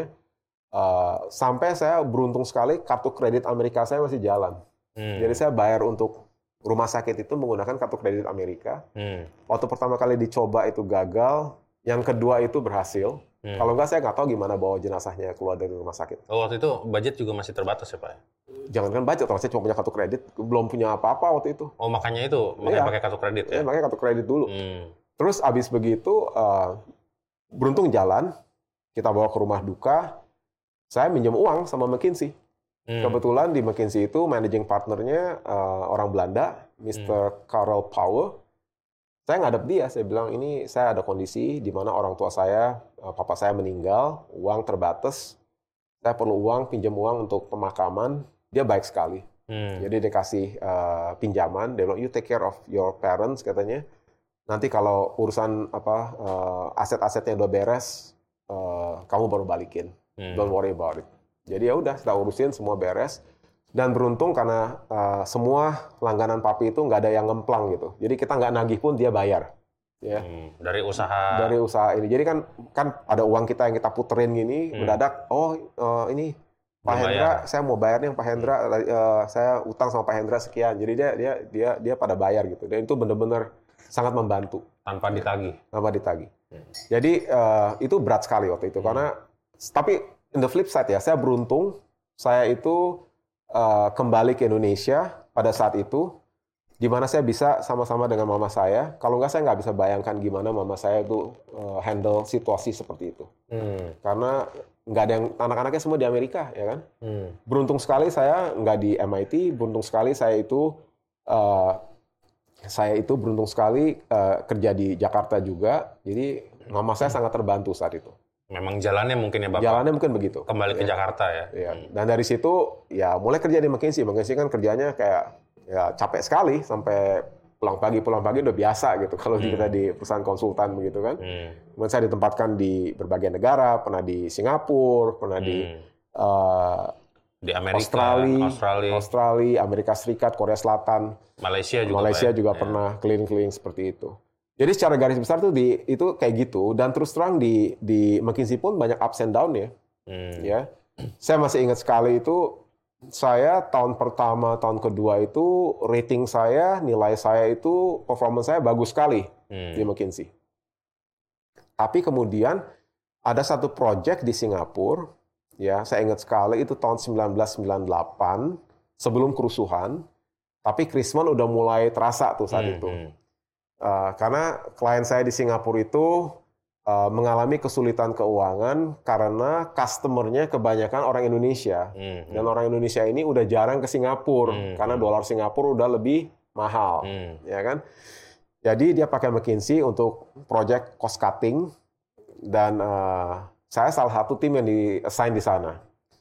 Uh, sampai saya beruntung sekali kartu kredit Amerika saya masih jalan. Hmm. Jadi saya bayar untuk rumah sakit itu menggunakan kartu kredit Amerika. Hmm. Waktu pertama kali dicoba itu gagal, yang kedua itu berhasil. Hmm. Kalau enggak saya nggak tahu gimana bawa jenazahnya keluar dari rumah sakit. Oh, waktu itu budget juga masih terbatas ya Pak? Jangankan budget, saya cuma punya kartu kredit, belum punya apa-apa waktu itu. Oh makanya itu, makanya iya. pakai kartu kredit ya? Iya, makanya kartu kredit dulu. Hmm. Terus abis begitu, uh, beruntung jalan, kita bawa ke rumah duka. Saya minjem uang sama McKinsey. Hmm. Kebetulan di McKinsey itu managing partnernya uh, orang Belanda, mister Hmm. Karel Power. Saya ngadep dia, saya bilang ini saya ada kondisi di mana orang tua saya, uh, papa saya meninggal, uang terbatas, saya perlu uang, pinjam uang untuk pemakaman. Dia baik sekali. Hmm. Jadi dia kasih uh, pinjaman, dia bilang you take care of your parents katanya. Nanti kalau urusan apa uh, aset-asetnya udah beres, uh, kamu baru balikin. Hmm. Don't worry about it. Jadi ya udah kita urusin semua beres. Dan beruntung karena uh, semua langganan papi itu nggak ada yang ngemplang gitu. Jadi kita nggak nagih pun dia bayar. Ya. Hmm. Dari usaha. Dari usaha ini. Jadi kan kan ada uang kita yang kita puterin gini, hmm. mendadak. Oh uh, ini Pak Hendra, saya mau bayar nih Pak Hendra. Hmm. Uh, saya utang sama Pak Hendra sekian. Jadi dia dia dia dia pada bayar gitu. Dan itu benar-benar sangat membantu. Tanpa ditagih. Tanpa ditagih. Hmm. Jadi uh, itu berat sekali waktu itu. Hmm. Karena tapi in the flip side ya, saya beruntung saya itu uh, kembali ke Indonesia pada saat itu, di mana saya bisa sama-sama dengan mama saya. Kalau nggak, saya nggak bisa bayangkan gimana mama saya itu uh, handle situasi seperti itu. Hmm. Karena nggak ada yang, anak-anaknya semua di Amerika, ya kan? Hmm. Beruntung sekali saya nggak di M I T, beruntung sekali saya itu, uh, saya itu beruntung sekali uh, kerja di Jakarta juga. Jadi mama saya sangat terbantu saat itu. Memang jalannya mungkin ya Bapak? Jalannya mungkin begitu. Kembali ke ya. Jakarta ya? Ya. Dan dari situ, ya mulai kerja di McKinsey. McKinsey kan kerjanya kayak ya capek sekali, sampai pulang pagi, pulang pagi udah biasa gitu. Kalau hmm. kita di perusahaan konsultan begitu kan. Hmm. Kemudian saya ditempatkan di berbagai negara, pernah di Singapura, pernah hmm. di uh, di Amerika, Australia, Australia, Australia, Amerika Serikat, Korea Selatan, Malaysia juga. Malaysia juga ya. pernah keliling-keliling seperti itu. Jadi secara garis besar tuh di itu kayak gitu, dan terus terang di di McKinsey pun banyak ups and down ya. Hmm. Ya. Saya masih ingat sekali itu, saya tahun pertama, tahun kedua itu rating saya, nilai saya itu, performance saya bagus sekali hmm. di McKinsey. Tapi kemudian ada satu project di Singapura, ya, saya ingat sekali itu tahun sembilan belas sembilan puluh delapan, sebelum kerusuhan, tapi Krisman udah mulai terasa tuh saat hmm. itu. Uh, karena klien saya di Singapura itu uh, mengalami kesulitan keuangan karena customer-nya kebanyakan orang Indonesia. Mm-hmm. Dan orang Indonesia ini udah jarang ke Singapura, mm-hmm. karena dolar Singapura udah lebih mahal. Mm. Ya kan? Jadi dia pakai McKinsey untuk project cost cutting, dan uh, saya salah satu tim yang di-assign di sana.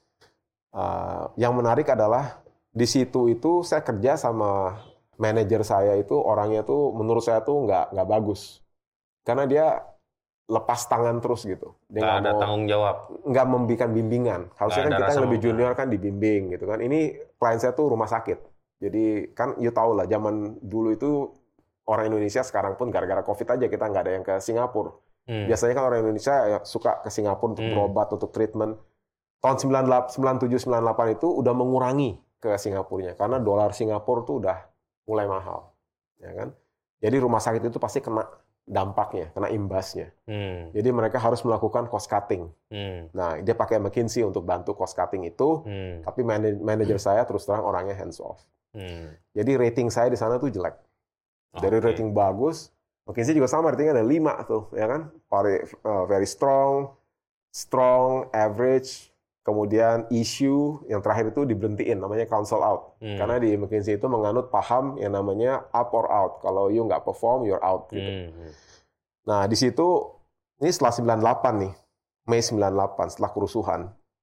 Uh, yang menarik adalah di situ itu saya kerja sama manajer saya itu, orangnya tuh menurut saya tuh nggak nggak bagus, karena dia lepas tangan terus gitu. Dia nggak ada mau, tanggung jawab, nggak memberikan bimbingan. Harusnya kan kita yang lebih junior kan dibimbing gitu kan. Ini klien saya tuh rumah sakit, jadi kan you tahu lah zaman dulu itu orang Indonesia, sekarang pun gara-gara COVID aja kita nggak ada yang ke Singapura. Hmm. Biasanya kan orang Indonesia suka ke Singapura untuk hmm. berobat, untuk treatment. Tahun sembilan puluh tujuh sembilan puluh delapan itu udah mengurangi ke Singapurnya karena dolar Singapura tuh udah mulai mahal, ya kan? Jadi rumah sakit itu pasti kena dampaknya, kena imbasnya. Hmm. Jadi mereka harus melakukan cost cutting. Hmm. Nah, dia pakai McKinsey untuk bantu cost cutting itu, hmm. tapi manajer saya terus terang orangnya hands off. Hmm. Jadi rating saya di sana tuh jelek. Dari okay. rating bagus, McKinsey juga sama, ratingnya ada lima tuh, ya kan? Very, uh, very strong, strong, average, kemudian isu yang terakhir itu diberhentiin, namanya cancel out. Hmm. Karena di McKinsey itu menganut paham yang namanya up or out. Kalau you nggak perform, you're out. Gitu. Hmm. Nah, di situ, ini setelah sembilan puluh delapan nih, Mei sembilan puluh delapan, setelah kerusuhan.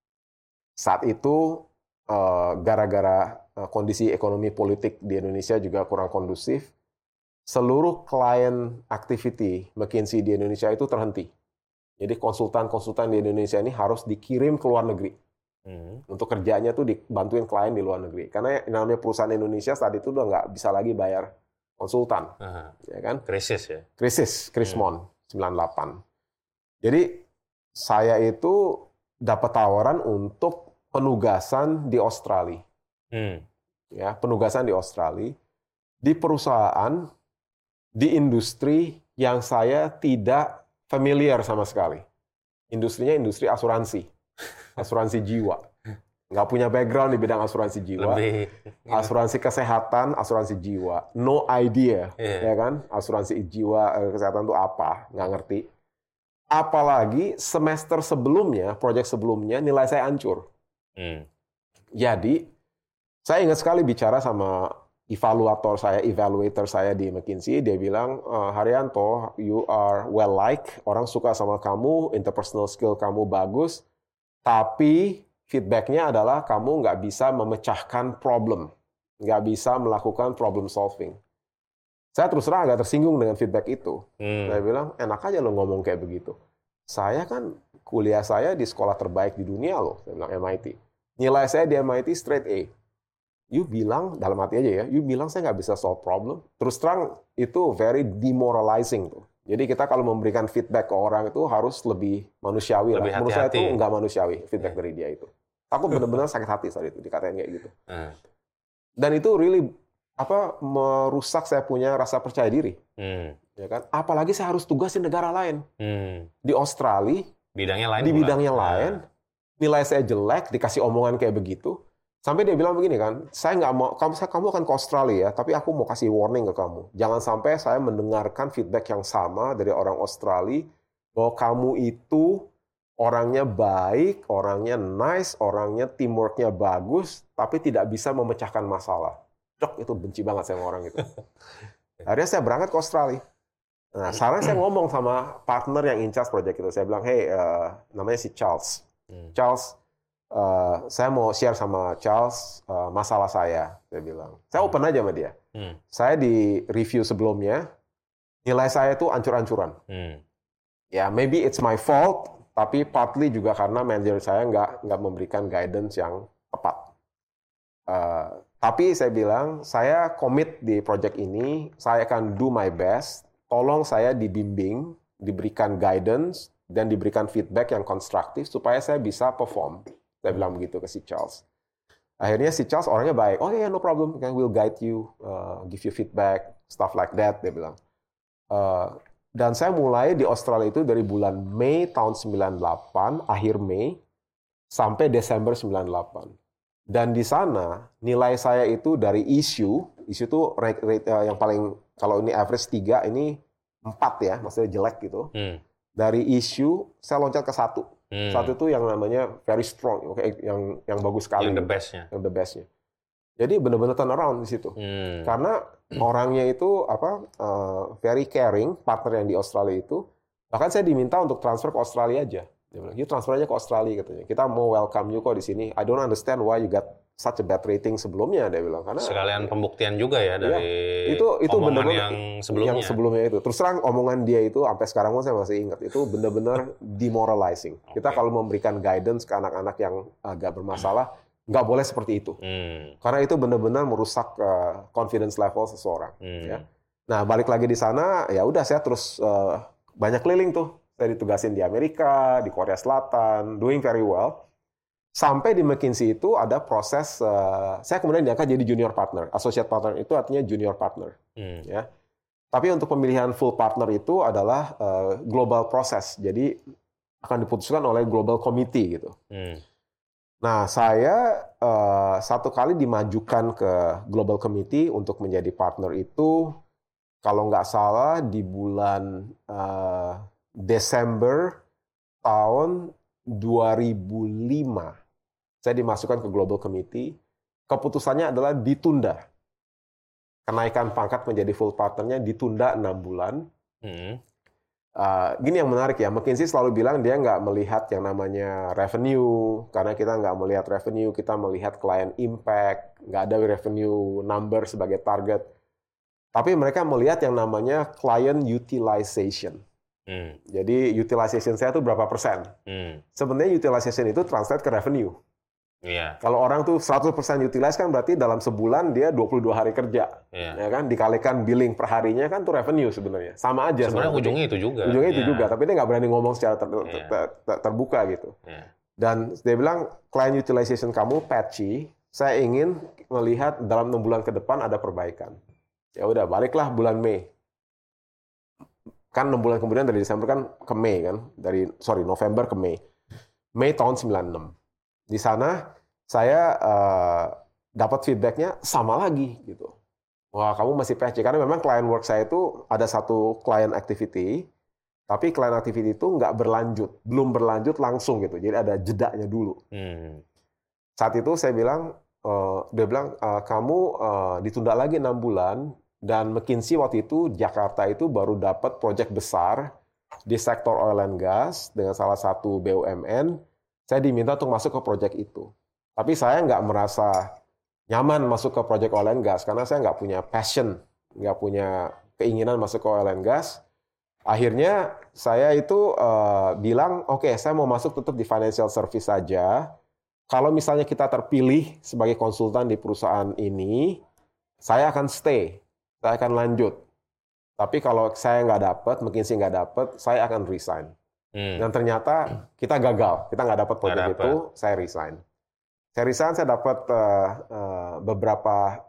Saat itu, uh, gara-gara uh, kondisi ekonomi politik di Indonesia juga kurang kondusif, seluruh klien activity McKinsey di Indonesia itu terhenti. Jadi konsultan-konsultan di Indonesia ini harus dikirim ke luar negeri. Hmm. Untuk kerjanya tuh dibantuin klien di luar negeri. Karena yang namanya perusahaan Indonesia saat itu udah nggak bisa lagi bayar konsultan. Uh-huh. Ya kan? Krisis ya? Krisis, Krismon, hmm. sembilan puluh delapan. Jadi saya itu dapat tawaran untuk penugasan di Australia. Hmm. Ya, penugasan di Australia. Di perusahaan, di industri yang saya tidak familiar sama sekali. Industrinya industri asuransi. Asuransi jiwa. Nggak punya background di bidang asuransi jiwa. Lebih, asuransi kesehatan, asuransi jiwa. No idea. Yeah. Ya kan? Asuransi jiwa, kesehatan itu apa? Nggak ngerti. Apalagi semester sebelumnya, proyek sebelumnya, nilai saya hancur. Hmm. Jadi, saya ingat sekali bicara sama evaluator saya, evaluator saya di McKinsey, dia bilang, Haryanto, you are well liked, orang suka sama kamu, interpersonal skill kamu bagus, tapi feedback-nya adalah kamu nggak bisa memecahkan problem, nggak bisa melakukan problem solving. Saya terus terang agak tersinggung dengan feedback itu. Hmm. Saya bilang, enak aja lo ngomong kayak begitu. Saya kan, kuliah saya di sekolah terbaik di dunia loh, saya bilang M I T. Nilai saya di M I T straight A. You bilang, dalam hati aja ya, you bilang saya nggak bisa solve problem. Terus terang, itu very demoralizing tuh. Jadi kita kalau memberikan feedback ke orang itu harus lebih manusiawi lebih lah. Menurut saya itu nggak manusiawi, feedback yeah. dari dia itu. Aku benar-benar sakit hati saat itu, dikatain kayak gitu. Uh. Dan itu really apa merusak saya punya rasa percaya diri. Hmm. Ya kan? Apalagi saya harus tugas di negara lain. Hmm. Di Australia, bidangnya lain di bidangnya pula. lain, uh. nilai saya jelek, dikasih omongan kayak begitu. Sampai dia bilang begini kan, saya nggak mau, kamu, saya, kamu akan ke Australia, tapi aku mau kasih warning ke kamu. Jangan sampai saya mendengarkan feedback yang sama dari orang Australia, bahwa kamu itu orangnya baik, orangnya nice, orangnya teamwork-nya bagus, tapi tidak bisa memecahkan masalah. Cok, itu benci banget sama orang itu. Akhirnya saya berangkat ke Australia. Nah, sekarang saya ngomong sama partner yang in charge project itu. Saya bilang, hey, uh, namanya si Charles. Hmm. Charles, Uh, saya mau share sama Charles uh, masalah saya, saya bilang. Saya open aja sama dia. Hmm. Saya di review sebelumnya, nilai saya itu ancur-ancuran. Hmm. Ya, maybe it's my fault, tapi partly juga karena manajer saya nggak nggak memberikan guidance yang tepat. Uh, tapi saya bilang, saya komit di project ini, saya akan do my best. Tolong saya dibimbing, diberikan guidance, dan diberikan feedback yang konstruktif supaya saya bisa perform. Saya bilang begitu ke si Charles. Akhirnya si Charles orangnya baik. Oh ya, yeah, no problem. We'll guide you, uh, give you feedback, stuff like that. Dia bilang. Uh, dan saya mulai di Australia itu dari bulan Mei tahun sembilan puluh delapan, akhir Mei, sampai Desember sembilan puluh delapan. Dan di sana, nilai saya itu dari isu, isu itu rate, rate, uh, yang paling, kalau ini average tiga, ini empat ya, maksudnya jelek gitu. Hmm. Dari isu, saya loncat ke satu. Hmm. Satu itu yang namanya very strong, okay, yang yang bagus sekali. Yang the best-nya. Yang the best-nya. Jadi benar-benar turn around di situ. Hmm. Karena hmm. orangnya itu apa uh, very caring, partner yang di Australia itu. Bahkan saya diminta untuk transfer ke Australia aja. Dia bilang, you transfer aja ke Australia katanya. Kita mau welcome you kok di sini. I don't understand why you got such a bad rating sebelumnya, dia bilang. Karena sekalian pembuktian juga ya dari ya, itu, itu omongan bener-bener yang sebelumnya. Yang sebelumnya itu. Terus terang omongan dia itu sampai sekarang pun saya masih ingat. Itu benar-benar demoralizing. Okay. Kita kalau memberikan guidance ke anak-anak yang agak bermasalah, nggak boleh seperti itu. Hmm. Karena itu benar-benar merusak uh, confidence level seseorang. Hmm. Ya. Nah, balik lagi di sana, ya udah saya terus uh, banyak keliling tuh. Saya ditugasin di Amerika, di Korea Selatan, doing very well. Sampai di McKinsey itu ada proses, uh, saya kemudian diangkat jadi junior partner. Associate partner itu artinya junior partner. Hmm. Ya. Tapi untuk pemilihan full partner itu adalah uh, global process. Jadi akan diputuskan oleh global committee gitu. Hmm. Nah, saya uh, satu kali dimajukan ke global committee untuk menjadi partner itu, kalau nggak salah di bulan uh, Desember tahun dua ribu lima. saya dimasukkan ke Global Committee, keputusannya adalah ditunda. Kenaikan pangkat menjadi full partnernya ditunda enam bulan. Hmm. Uh, gini yang menarik ya, McKinsey selalu bilang dia nggak melihat yang namanya revenue, karena kita nggak melihat revenue, kita melihat client impact, nggak ada revenue number sebagai target. Tapi mereka melihat yang namanya client utilization. Hmm. Jadi utilization saya itu berapa persen? Hmm. Sebenarnya utilization itu translate ke revenue. Yeah. Kalau orang tuh seratus persen utilize kan berarti dalam sebulan dia dua puluh dua hari kerja. Yeah. Ya kan? Dikalikan billing per harinya kan tuh revenue sebenarnya. Sama aja. Sebenarnya ujungnya itu juga. Ujungnya yeah. itu juga. Tapi dia nggak berani ngomong secara ter yeah. ter ter terbuka gitu. Yeah. Dan dia bilang, client utilization kamu patchy, saya ingin melihat dalam enam bulan ke depan ada perbaikan. Ya udah, baliklah bulan Mei. Kan enam bulan kemudian dari Desember kan ke Mei kan. Dari, sorry, November ke Mei. Mei tahun sembilan puluh enam. Di sana saya uh, dapat feedbacknya sama lagi gitu. Wah, kamu masih patchy karena memang client work saya itu ada satu client activity, tapi client activity itu nggak berlanjut, belum berlanjut langsung gitu. Jadi ada jedanya dulu. Hmm. Saat itu saya bilang, uh, dia bilang uh, kamu uh, ditunda lagi enam bulan dan McKinsey waktu itu Jakarta itu baru dapat proyek besar di sektor oil and gas dengan salah satu B U M N. Saya diminta untuk masuk ke proyek itu. Tapi saya nggak merasa nyaman masuk ke proyek oil and gas karena saya nggak punya passion, nggak punya keinginan masuk ke oil and gas. Akhirnya saya itu uh, bilang, oke, okay, saya mau masuk tetap di financial service saja. Kalau misalnya kita terpilih sebagai konsultan di perusahaan ini, saya akan stay, saya akan lanjut. Tapi kalau saya nggak dapat, McKinsey nggak dapat, saya akan resign. Hmm. Dan ternyata kita gagal, kita nggak dapat proyek itu, saya resign. Saya resign, saya dapat uh, uh, beberapa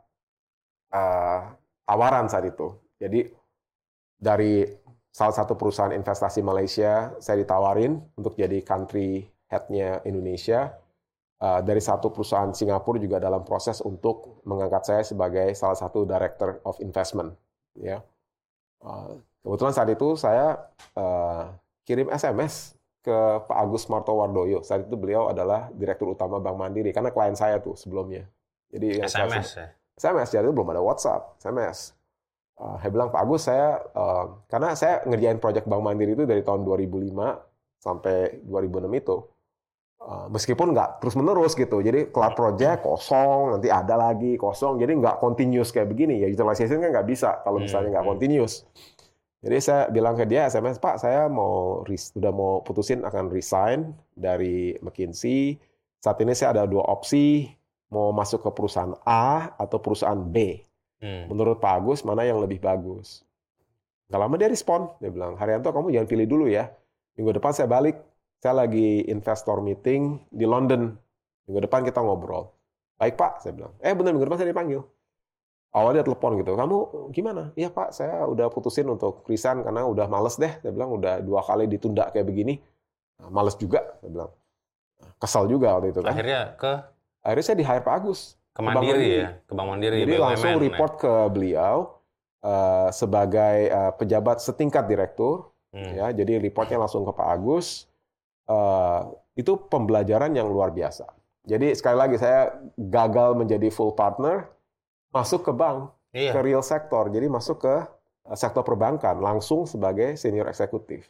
uh, tawaran saat itu. Jadi dari salah satu perusahaan investasi Malaysia, saya ditawarin untuk jadi country head-nya Indonesia. Uh, dari satu perusahaan Singapura juga dalam proses untuk mengangkat saya sebagai salah satu director of investment. Ya, uh, kebetulan saat itu saya uh, kirim S M S ke Pak Agus Martowardoyo. Saat itu beliau adalah Direktur Utama Bank Mandiri, karena klien saya tuh sebelumnya. Jadi S M S ya? S M S, jadi itu belum ada WhatsApp, S M S. Uh, saya bilang, Pak Agus, saya, uh, karena saya ngerjain proyek Bank Mandiri itu dari tahun dua ribu lima sampai dua ribu enam itu. Uh, meskipun nggak terus-menerus gitu. Jadi kelar proyek, kosong, nanti ada lagi, kosong. Jadi nggak continuous kayak begini. Ya utilization kan nggak bisa kalau misalnya nggak continuous. Jadi saya bilang ke dia S M S, Pak, saya mau sudah mau putusin akan resign dari McKinsey. Saat ini saya ada dua opsi, mau masuk ke perusahaan A atau perusahaan B. Hmm. Menurut Pak Agus, mana yang lebih bagus? Nggak lama dia respon, dia bilang, Haryanto, kamu jangan pilih dulu ya. Minggu depan saya balik, saya lagi investor meeting di London. Minggu depan kita ngobrol. Baik Pak, saya bilang. Eh benar, minggu depan saya dipanggil. Awalnya dia telepon gitu, kamu gimana? Iya Pak, saya udah putusin untuk resign karena udah males deh. Saya bilang udah dua kali ditunda kayak begini, nah, males juga. Saya bilang kesal juga waktu itu kan. Akhirnya ke? Akhirnya saya di-hire Pak Agus. Ke Mandiri ya, ke Bank Mandiri. Jadi B U M N, langsung report ya ke beliau uh, sebagai uh, pejabat setingkat direktur. Hmm. Ya, jadi reportnya langsung ke Pak Agus. Uh, itu pembelajaran yang luar biasa. Jadi sekali lagi saya gagal menjadi full partner. Masuk ke bank, iya. ke real sektor, jadi masuk ke sektor perbankan, langsung sebagai senior eksekutif.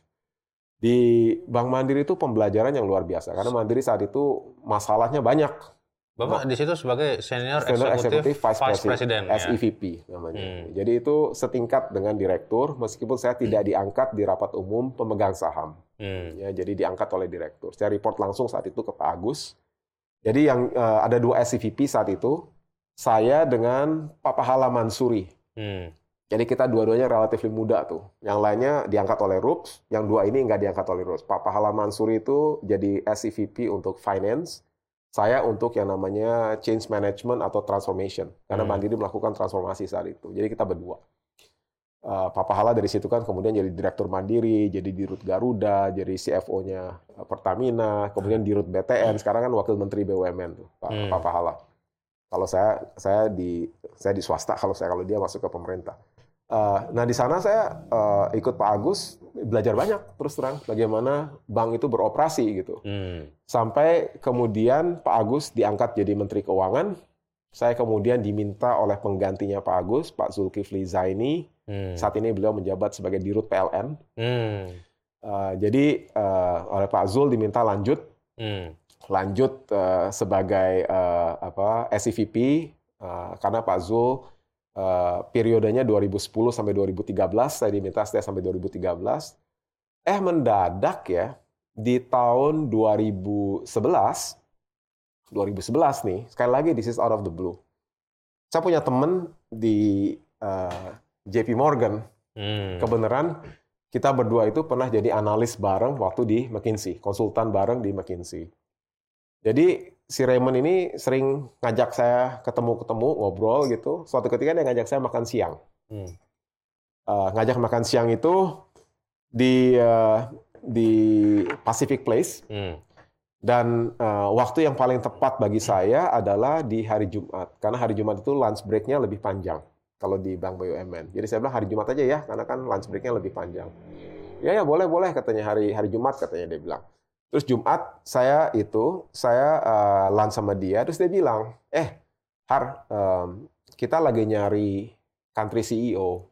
Di Bank Mandiri itu pembelajaran yang luar biasa, karena Mandiri saat itu masalahnya banyak. Bapak nah, di situ sebagai senior, senior eksekutif, vice, vice president, S E V P ya. namanya. Hmm. Jadi itu setingkat dengan direktur, meskipun saya tidak hmm. diangkat di rapat umum pemegang saham. Hmm. Ya, jadi diangkat oleh direktur. Saya report langsung saat itu ke Pak Agus. Jadi yang uh, ada dua S E V P saat itu. Saya dengan Pak Pahala Mansuri. Hmm. Jadi kita dua-duanya relatif muda tuh. Yang lainnya diangkat oleh Rups, yang dua ini nggak diangkat oleh Rups. Pak Pahala Mansuri itu jadi S E V P untuk finance, saya untuk yang namanya change management atau transformation. Karena hmm. Mandiri melakukan transformasi saat itu. Jadi kita berdua. Uh, Pak Pahala dari situ kan kemudian jadi Direktur Mandiri, jadi Dirut Garuda, jadi C F O-nya Pertamina, kemudian Dirut B T N, sekarang kan Wakil Menteri B U M N tuh, Pak, hmm. Pak Pahala. Kalau saya saya di saya di swasta, kalau saya kalau dia masuk ke pemerintah. Uh, nah di sana saya uh, ikut Pak Agus, belajar banyak terus terang bagaimana bank itu beroperasi gitu. Hmm. Sampai kemudian Pak Agus diangkat jadi Menteri Keuangan. Saya kemudian diminta oleh penggantinya Pak Agus, Pak Zulkifli Zaini. Hmm. Saat ini beliau menjabat sebagai Dirut P L N. Hmm. Uh, jadi uh, oleh Pak Zul diminta lanjut, hmm. lanjut uh, sebagai uh, apa S E V P uh, karena Pak Zul Uh, periodenya dua ribu sepuluh sampai dua ribu tiga belas, saya diminta stay sampai dua ribu tiga belas. Eh mendadak ya, di tahun dua ribu sebelas, dua ribu sebelas nih, sekali lagi this is out of the blue. Saya punya teman di uh, J P Morgan, hmm. kebenaran kita berdua itu pernah jadi analis bareng waktu di McKinsey, konsultan bareng di McKinsey. Jadi si Raymond ini sering ngajak saya ketemu-ketemu, ngobrol gitu. Suatu ketika dia ngajak saya makan siang. Hmm. Uh, ngajak makan siang itu di uh, di Pacific Place. Hmm. Dan uh, waktu yang paling tepat bagi saya adalah di hari Jumat. Karena hari Jumat itu lunch break-nya lebih panjang kalau di Bank B U M N. Jadi saya bilang hari Jumat aja ya, karena kan lunch break-nya lebih panjang. Ya ya boleh boleh katanya hari hari Jumat katanya dia bilang. Terus Jumat saya itu saya uh, lunch sama dia, terus dia bilang, eh Har, um, kita lagi nyari country C E O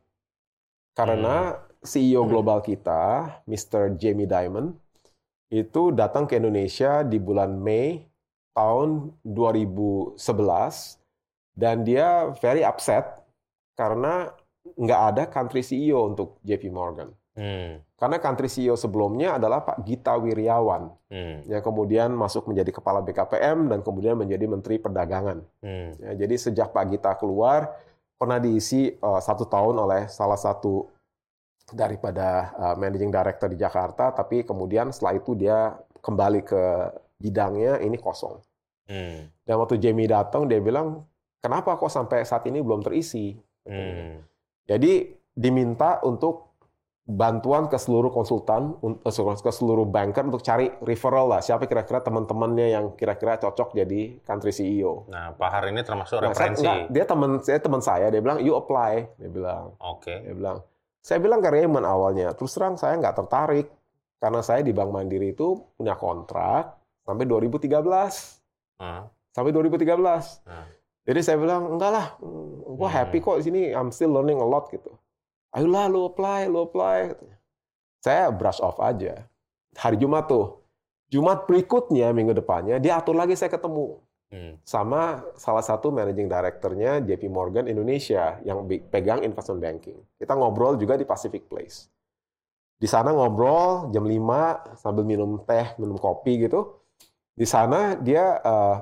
karena hmm. C E O global kita, mister Jamie Dimon, itu datang ke Indonesia di bulan Mei tahun dua ribu sebelas dan dia very upset karena nggak ada country C E O untuk J P Morgan. Hmm. Karena country C E O sebelumnya adalah Pak Gita Wirjawan, hmm. yang kemudian masuk menjadi kepala B K P M dan kemudian menjadi Menteri Perdagangan. Hmm. Ya, jadi sejak Pak Gita keluar, pernah diisi uh, satu tahun oleh salah satu daripada uh, Managing Director di Jakarta, tapi kemudian setelah itu dia kembali ke bidangnya, ini kosong. Hmm. Dan waktu Jamie datang, dia bilang, kenapa kok sampai saat ini belum terisi? Hmm. Jadi diminta untuk bantuan ke seluruh konsultan, ke seluruh banker untuk cari referral lah. Siapa kira-kira teman-temannya yang kira-kira cocok jadi country C E O. Nah, Pak Har ini termasuk nah, referensi. Saya, enggak, dia teman saya teman saya, dia bilang you apply, dia bilang. Oke. Okay. Dia bilang. Saya bilang ke Raymond awalnya, terus terang saya nggak tertarik karena saya di Bank Mandiri itu punya kontrak sampai dua ribu tiga belas. Hmm. Sampai dua ribu tiga belas. Hmm. Jadi saya bilang, enggak lah, gue happy kok di sini, I'm still learning a lot gitu. Ayolah, lu apply, lu apply. Saya brush off aja. Hari Jumat tuh. Jumat berikutnya, minggu depannya, dia atur lagi saya ketemu. Hmm. Sama salah satu managing director-nya J P Morgan Indonesia yang pegang investment banking. Kita ngobrol juga di Pacific Place. Di sana ngobrol jam lima sambil minum teh, minum kopi gitu. Di sana dia, uh,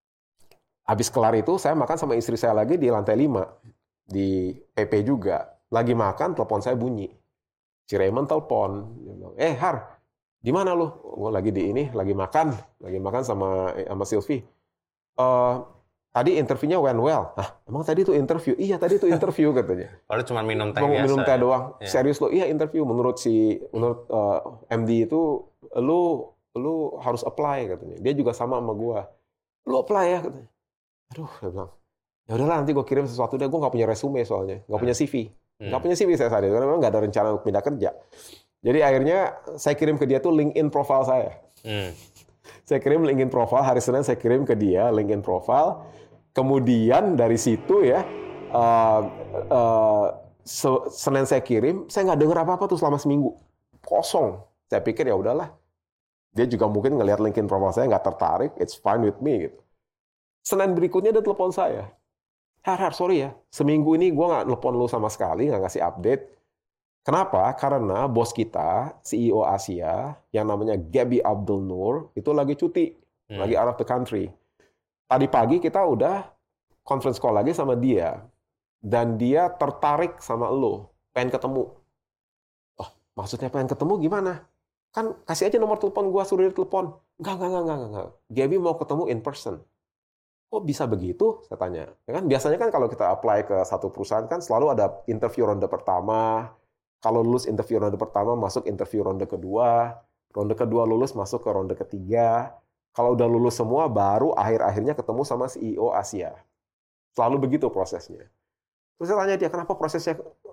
habis kelar itu, saya makan sama istri saya lagi di lantai lima. Di P P juga. Lagi makan, telepon saya bunyi. Si Raymond telepon. Dia bilang, eh Har, di mana lu? Gue lagi di ini, lagi makan. Lagi makan sama sama Sylvie. Uh, tadi interviewnya went well. Hah, emang tadi tuh interview? Iya, tadi tuh interview katanya. Lalu cuma minum teh biasa. Minum teh doang. Ya. Serius lo? Iya interview. Menurut si, menurut uh, M D itu, lu, lu harus apply katanya. Dia juga sama sama gue. Lu apply ya katanya. Aduh, dia bilang. Ya udahlah nanti gue kirim sesuatu deh. Gue nggak punya resume soalnya, nggak punya C V. Nggak hmm. punya C V saya saat itu, karena memang nggak ada rencana untuk pindah kerja. Jadi akhirnya saya kirim ke dia tuh LinkedIn profile saya. Hmm. Saya kirim LinkedIn profile, hari Senin saya kirim ke dia LinkedIn profile. Kemudian dari situ ya, uh, uh, Senin saya kirim, saya nggak dengar apa-apa tuh selama seminggu. Kosong. Saya pikir ya udahlah. Dia juga mungkin ngelihat LinkedIn profile saya nggak tertarik, it's fine with me gitu. Senin berikutnya dia telepon saya. Har, Har, sorry ya, seminggu ini gue nggak telepon lu sama sekali, nggak ngasih update. Kenapa? Karena bos kita, C E O Asia, yang namanya Gabby Abdul Nur, itu lagi cuti, hmm. lagi out of the country. Tadi pagi kita udah conference call lagi sama dia, dan dia tertarik sama lo, pengen ketemu. Oh, maksudnya pengen ketemu gimana? Kan kasih aja nomor telepon gue, suruh dia telepon. Enggak, enggak, enggak, enggak, enggak. Gabby mau ketemu in person. Kok bisa begitu? Saya tanya. Ya kan biasanya kan kalau kita apply ke satu perusahaan kan selalu ada interview ronde pertama. Kalau lulus interview ronde pertama, masuk interview ronde kedua. Ronde kedua lulus, masuk ke ronde ketiga. Kalau udah lulus semua, baru akhir-akhirnya ketemu sama C E O Asia. Selalu begitu prosesnya. Terus saya tanya dia, kenapa prosesnya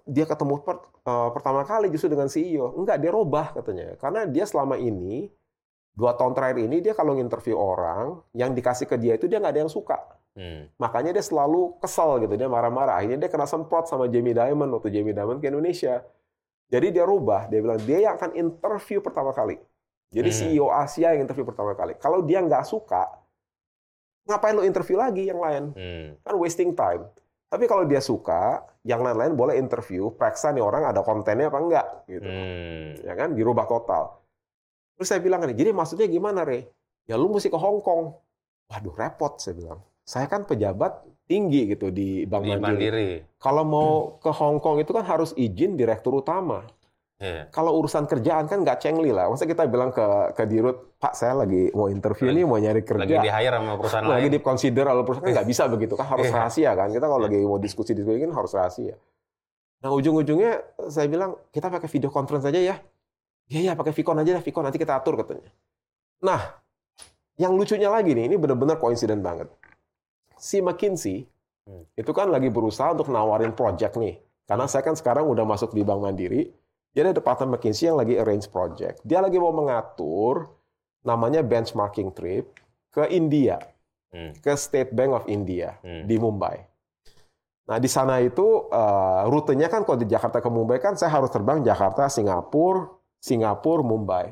dia ketemu per, uh, pertama kali justru dengan C E O. Enggak, dia robah katanya. Karena dia selama ini, dua tahun terakhir ini, dia kalau nginterview orang, yang dikasih ke dia itu dia nggak ada yang suka. Hmm. Makanya dia selalu kesel gitu, dia marah-marah. Akhirnya dia kena semprot sama Jamie Dimon waktu Jamie Dimon ke Indonesia. Jadi dia rubah, dia bilang dia yang akan interview pertama kali. Jadi hmm. C E O Asia yang interview pertama kali. Kalau dia nggak suka, ngapain lo interview lagi yang lain? Hmm. Kan wasting time. Tapi kalau dia suka, yang lain-lain boleh interview, periksa nih orang ada kontennya apa enggak, gitu. Hmm. Ya kan, dirubah total. Terus saya bilang, jadi maksudnya gimana, Re? Ya lu mesti ke Hong Kong. Waduh, repot, saya bilang. Saya kan pejabat tinggi gitu di Bank di Mandiri. Mandiri. Kalau mau hmm. ke Hong Kong itu kan harus izin direktur utama. Yeah. Kalau urusan kerjaan kan nggak cengli lah. Masa kita bilang ke ke Dirut, Pak saya lagi mau interview nih, mau nyari kerja. Lagi di-hire sama perusahaan lain. Lagi di-consider oleh perusahaan, kan nggak bisa begitu. Kan harus yeah. rahasia kan. Kita kalau yeah. lagi mau diskusi-diskusi kan harus rahasia. Nah ujung-ujungnya saya bilang, kita pakai video conference aja ya. Iya, ya pakai Vicon aja deh, Vicon nanti kita atur katanya. Nah, yang lucunya lagi nih, ini benar-benar koinsiden banget. Si McKinsey, hmm. itu kan lagi berusaha untuk nawarin project nih. Karena saya kan sekarang udah masuk di Bank Mandiri, jadi ada partner McKinsey yang lagi arrange project. Dia lagi mau mengatur namanya benchmarking trip ke India, hmm. ke State Bank of India hmm. di Mumbai. Nah di sana itu uh, rutenya kan kalau di Jakarta ke Mumbai kan saya harus terbang Jakarta, Singapura, Singapura, Mumbai.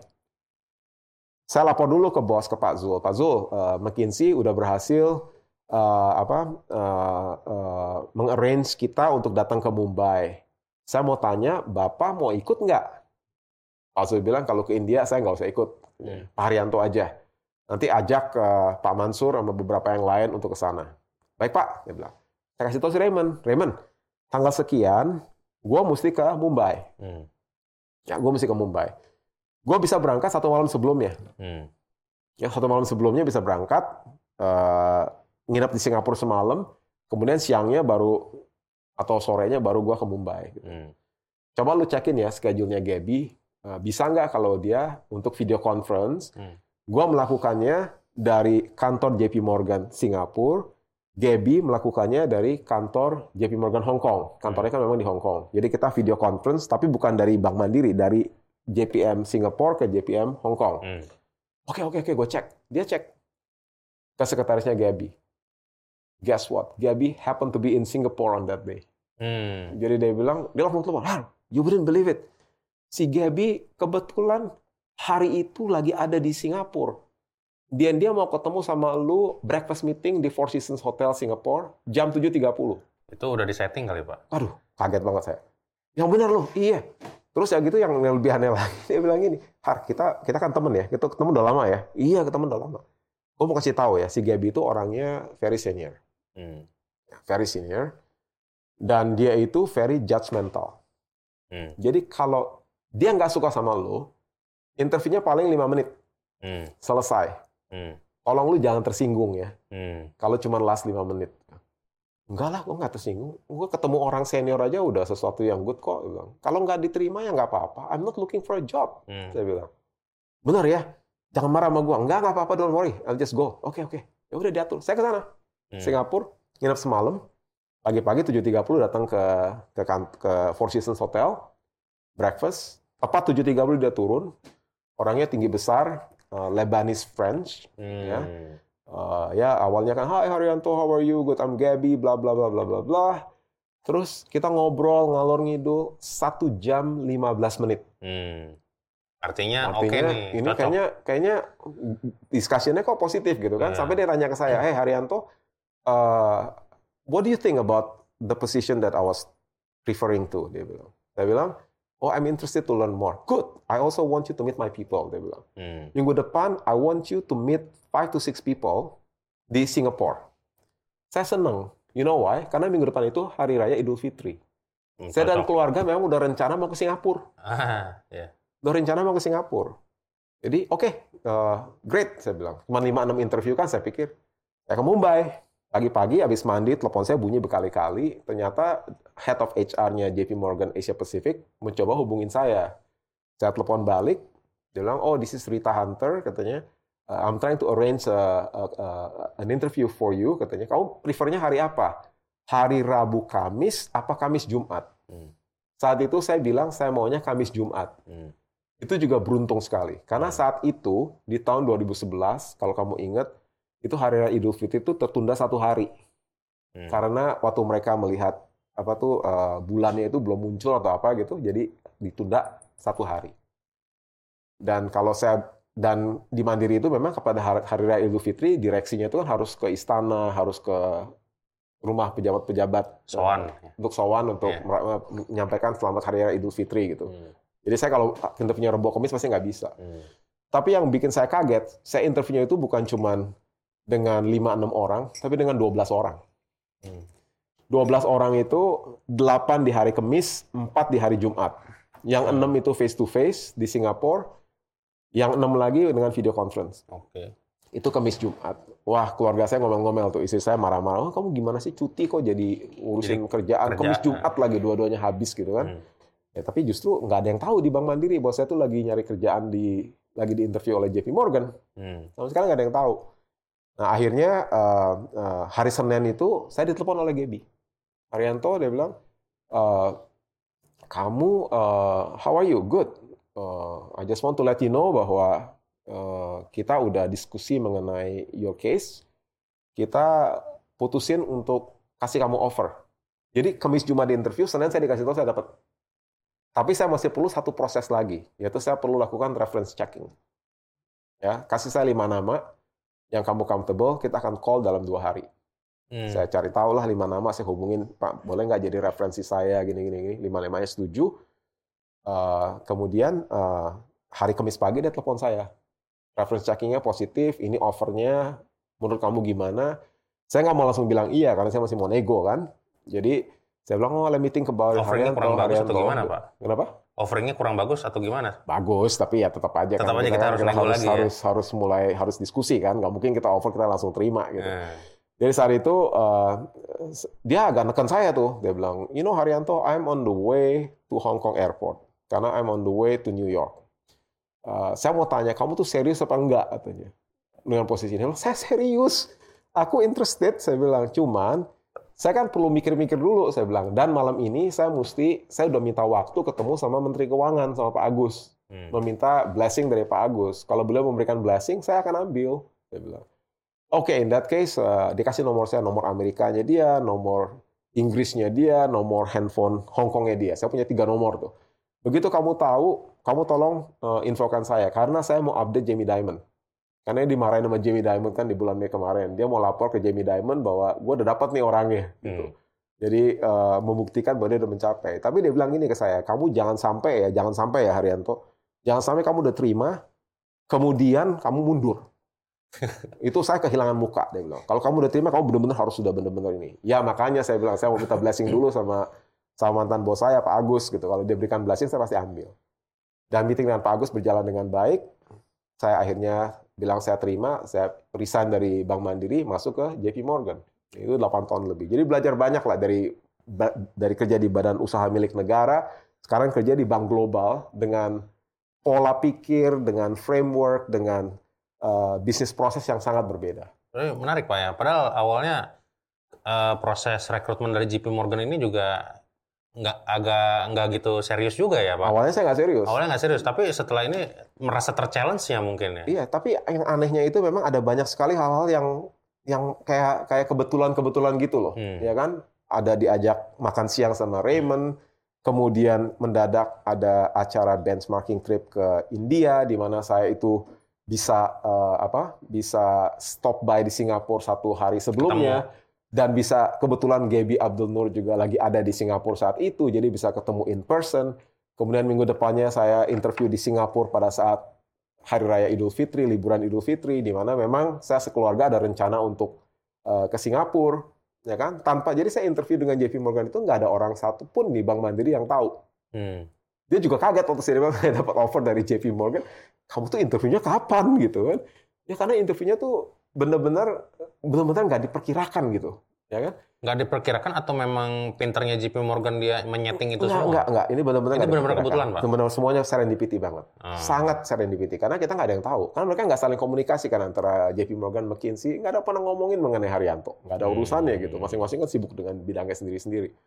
Saya lapor dulu ke bos, ke Pak Zul. Pak Zul, uh, McKinsey udah berhasil uh, apa uh, uh, mengarrange kita untuk datang ke Mumbai. Saya mau tanya, Bapak mau ikut nggak? Pak Zul bilang, kalau ke India saya nggak usah ikut. Hmm. Pak Haryanto aja. Nanti ajak uh, Pak Mansur sama beberapa yang lain untuk ke sana. Baik Pak, dia bilang. Saya kasih tahu si Raymond. Raymond, tanggal sekian, gue mesti ke Mumbai. Hmm. Ya, gue mesti ke Mumbai. Gue bisa berangkat satu malam sebelumnya. Hmm. Ya, satu malam sebelumnya bisa berangkat, uh, nginep di Singapura semalam, kemudian siangnya baru atau sorenya baru gue ke Mumbai. Hmm. Coba lu cekin ya schedule-nya Gaby, uh, bisa nggak kalau dia untuk video conference, hmm. gue melakukannya dari kantor J P Morgan Singapura, Gaby melakukannya dari kantor J P Morgan Hong Kong. Kantornya kan memang di Hong Kong. Jadi kita video conference, tapi bukan dari Bank Mandiri, dari J P M Singapura ke J P M Hong Kong. Hmm. Oke, oke, oke, gue cek. Dia cek ke sekretarisnya Gaby. Guess what? Gaby happened to be in Singapore on that day. Hmm. Jadi dia bilang, dia langsung telepon, "Har, you wouldn't believe it. Si Gaby kebetulan hari itu lagi ada di Singapura. Dia dia mau ketemu sama lu breakfast meeting di Four Seasons Hotel Singapura jam tujuh tiga puluh." Itu udah disetting kali, Pak? Aduh, kaget banget saya. Yang benar loh, iya. Terus ya gitu yang lebihannya lagi, dia bilang gini, "Har, kita kita kan temen ya, kita ketemu udah lama ya." "Iya, ketemu udah lama." Gue mau kasih tahu ya, si Gaby itu orangnya very senior. Hmm. Very senior. Dan dia itu very judgmental. Hmm. Jadi kalau dia nggak suka sama lo, interviewnya paling lima menit. Hmm. Selesai. Hmm. Tolong lu jangan tersinggung ya. Hmm. Kalau cuma last lima menit. Enggak lah, gue nggak tersinggung. Gue ketemu orang senior aja udah sesuatu yang good kok. Kalau nggak diterima ya nggak apa-apa. I'm not looking for a job. Hmm. Saya bilang. Benar ya? Jangan marah sama gue. Enggak, nggak apa-apa, don't worry. I'll just go. Oke, okay, oke. Okay. Ya udah diatur. Saya ke sana. Hmm. Singapura, nginep semalam. Pagi-pagi tujuh tiga puluh datang ke ke, ke Four Seasons Hotel. Breakfast. Tepat tujuh tiga puluh dia turun. Orangnya tinggi besar. Uh, Lebanese French. Hmm. Ya. Uh, ya awalnya kan, "Hai Haryanto, how are you? Good, I'm Gaby, bla bla bla bla bla bla." Terus kita ngobrol ngalor ngidul satu jam lima belas menit. Hmm. Artinya, Artinya oke okay nih. Ini cocok. kayaknya kayaknya diskusinya kok positif gitu kan. Hmm. Sampai dia tanya ke saya, "Hey Haryanto, uh, what do you think about the position that I was referring to?" Dia bilang. Saya bilang, "Oh, I'm interested to learn more." "Good. I also want you to meet my people." Dia bilang. Hmm. "Minggu depan, I want you to meet five to six people di Singapore." Saya senang. You know why? Karena minggu depan itu hari raya Idul Fitri. Hmm, saya dan keluarga memang udah rencana mau ke Singapura. Ah, yeah. Udah rencana mau ke Singapura. Jadi, oke, okay, uh, great. Saya bilang. Cuma lima enam interview kan, saya pikir. Saya ke Mumbai. Pagi-pagi habis mandi, telepon saya bunyi berkali-kali. Ternyata head of H R-nya J P Morgan Asia Pacific mencoba hubungin saya. Saya telepon balik, dia bilang, "Oh, this is Rita Hunter," katanya. Uh, "I'm trying to arrange a, a, a, an interview for you," katanya. "Kamu prefernya hari apa? Hari Rabu, Kamis, apa Kamis, Jumat?" Hmm. Saat itu saya bilang saya maunya Kamis Jumat. Hmm. Itu juga beruntung sekali. Karena saat itu, di tahun dua ribu sebelas, kalau kamu ingat, itu Hari Raya Idul Fitri itu tertunda satu hari. Hmm. Karena waktu mereka melihat apa tuh uh, bulannya itu belum muncul atau apa gitu, jadi ditunda satu hari. Dan kalau saya dan di Mandiri itu memang kepada Hari Raya Idul Fitri, direksinya itu kan harus ke istana, harus ke rumah pejabat-pejabat sowan untuk sowan untuk yeah. menyampaikan selamat Hari Raya Idul Fitri gitu. Hmm. Jadi saya kalau interviewnya Rebo Kamis pasti nggak bisa. Hmm. Tapi yang bikin saya kaget, saya interviewnya itu bukan cuma dengan lima enam orang, tapi dengan dua belas orang. Hmm. dua belas orang itu delapan di hari Kamis, empat di hari Jumat. Yang enam hmm. itu face to face di Singapura, yang enam lagi dengan video conference. Oke. Okay. Itu Kamis Jumat. Wah, keluarga saya ngomel-ngomel tuh. Istri saya marah-marah. Oh, kamu gimana sih cuti kok jadi urusin jadi, kerjaan. Kerja. Kamis Jumat lagi dua-duanya habis gitu kan. Hmm. Ya, tapi justru nggak ada yang tahu di Bank Mandiri bahwa saya tuh lagi nyari kerjaan di lagi di interview oleh J P Morgan. Hmm. Sama sekali nggak ada yang tahu. Nah, akhirnya uh, uh, hari Senin itu saya ditelepon oleh Gaby Haryanto. Dia bilang, uh, kamu, uh, how are you? Good. Uh, I just want to let you know bahwa Uh, kita udah diskusi mengenai your case, kita putusin untuk kasih kamu offer. Jadi Kamis Jumat di interview, Senin saya dikasih tahu saya dapat. Tapi saya masih perlu satu proses lagi, yaitu saya perlu lakukan reference checking. Ya, kasih saya lima nama yang kamu comfortable, kita akan call dalam dua hari. Hmm. Saya cari tahu lah lima nama, saya hubungin, Pak, boleh nggak jadi referensi saya, gini-gini, lima-limanya setuju. Uh, kemudian uh, hari Kamis pagi dia telepon saya. Reference checking-nya positif, ini offer-nya menurut kamu gimana? Saya nggak mau langsung bilang iya, karena saya masih mau nego kan. Jadi saya bilang, oh, let me think about Offering-nya kurang bagus atau gimana, Pak? Kenapa? Offering-nya kurang bagus atau gimana? Bagus, tapi ya tetap aja. Tetap kan. aja kita, kita harus kita nego harus, lagi harus, ya? harus mulai, harus diskusi kan. Nggak mungkin kita offer, kita langsung terima gitu. Hmm. Jadi saat itu, uh, dia agak neken saya tuh. Dia bilang, you know Haryanto, I'm on the way to Hong Kong Airport. Karena I'm on the way to New York. Uh, saya mau tanya, kamu tuh serius apa enggak? Katanya. Dengan posisi ini, saya serius. Aku interested, saya bilang. Cuman, saya kan perlu mikir-mikir dulu, saya bilang. Dan malam ini, saya mesti, saya udah minta waktu ketemu sama Menteri Keuangan, sama Pak Agus. Hmm. Meminta blessing dari Pak Agus. Kalau beliau memberikan blessing, saya akan ambil. Saya bilang. Oke, okay, in that case, uh, dikasih nomor saya, nomor Amerikanya dia, nomor Inggrisnya dia, nomor handphone Hong Kongnya dia. Saya punya tiga nomor tuh. Begitu kamu tahu, kamu tolong uh, infokan saya, karena saya mau update Jamie Dimon. Karena dia dimarahin sama Jamie Dimon kan di bulan Mei kemarin. Dia mau lapor ke Jamie Dimon bahwa gue udah dapat nih orangnya. Hmm. Gitu. Jadi uh, membuktikan bahwa dia udah mencapai. Tapi dia bilang gini ke saya, kamu jangan sampai ya, jangan sampai ya Haryanto, jangan sampai kamu udah terima, kemudian kamu mundur. Itu saya kehilangan muka, dia bilang. Kalau kamu udah terima, kamu benar-benar harus sudah benar-benar ini. Ya makanya saya bilang, saya mau minta blessing dulu sama sama mantan bos saya, Pak Agus, gitu. Kalau dia berikan blessing, saya pasti ambil. Dan meeting dengan Pak Agus berjalan dengan baik. Saya akhirnya bilang saya terima, saya resign dari Bank Mandiri, masuk ke J P Morgan. Itu delapan tahun lebih. Jadi belajar banyak lah dari dari kerja di badan usaha milik negara, sekarang kerja di bank global dengan pola pikir, dengan framework, dengan uh, bisnis proses yang sangat berbeda. Menarik Pak ya. Padahal awalnya uh, proses rekrutmen dari J P Morgan ini juga nggak agak nggak gitu serius juga ya Pak? Awalnya saya nggak serius. Awalnya nggak serius, tapi setelah ini merasa ter-challenge ya mungkin ya? Iya, tapi yang anehnya itu memang ada banyak sekali hal-hal yang yang kayak kayak kebetulan-kebetulan gitu loh, hmm. ya kan? Ada diajak makan siang sama Raymond, kemudian mendadak ada acara benchmarking trip ke India, di mana saya itu bisa uh, apa? Bisa stop by di Singapura satu hari sebelumnya. Ketemu. Dan bisa kebetulan Gaby Abdul Nur juga lagi ada di Singapura saat itu, jadi bisa ketemu in person. Kemudian minggu depannya saya interview di Singapura pada saat Hari Raya Idul Fitri, liburan Idul Fitri, di mana memang saya sekeluarga ada rencana untuk uh, ke Singapura, ya kan? Tanpa jadi saya interview dengan J P Morgan itu nggak ada orang satu pun di Bank Mandiri yang tahu. Hmm. Dia juga kaget waktu saya dapat offer dari J P Morgan. Kamu tuh interviewnya kapan gitu kan? Ya karena interviewnya tuh benar-benar benar-benar nggak diperkirakan gitu, ya kan? Nggak diperkirakan atau memang pinternya J P Morgan dia menyeting itu enggak, semua? Enggak, enggak. Ini benar-benar Ini benar-benar kebetulan, Pak? Benar-benar semuanya serendipity banget. Hmm. Sangat serendipity. Karena kita nggak ada yang tahu. Karena mereka nggak saling komunikasi kan antara J P Morgan, McKinsey. Nggak ada pernah ngomongin mengenai Haryanto. Nggak ada urusannya hmm. gitu. Masing-masing kan sibuk dengan bidangnya sendiri-sendiri.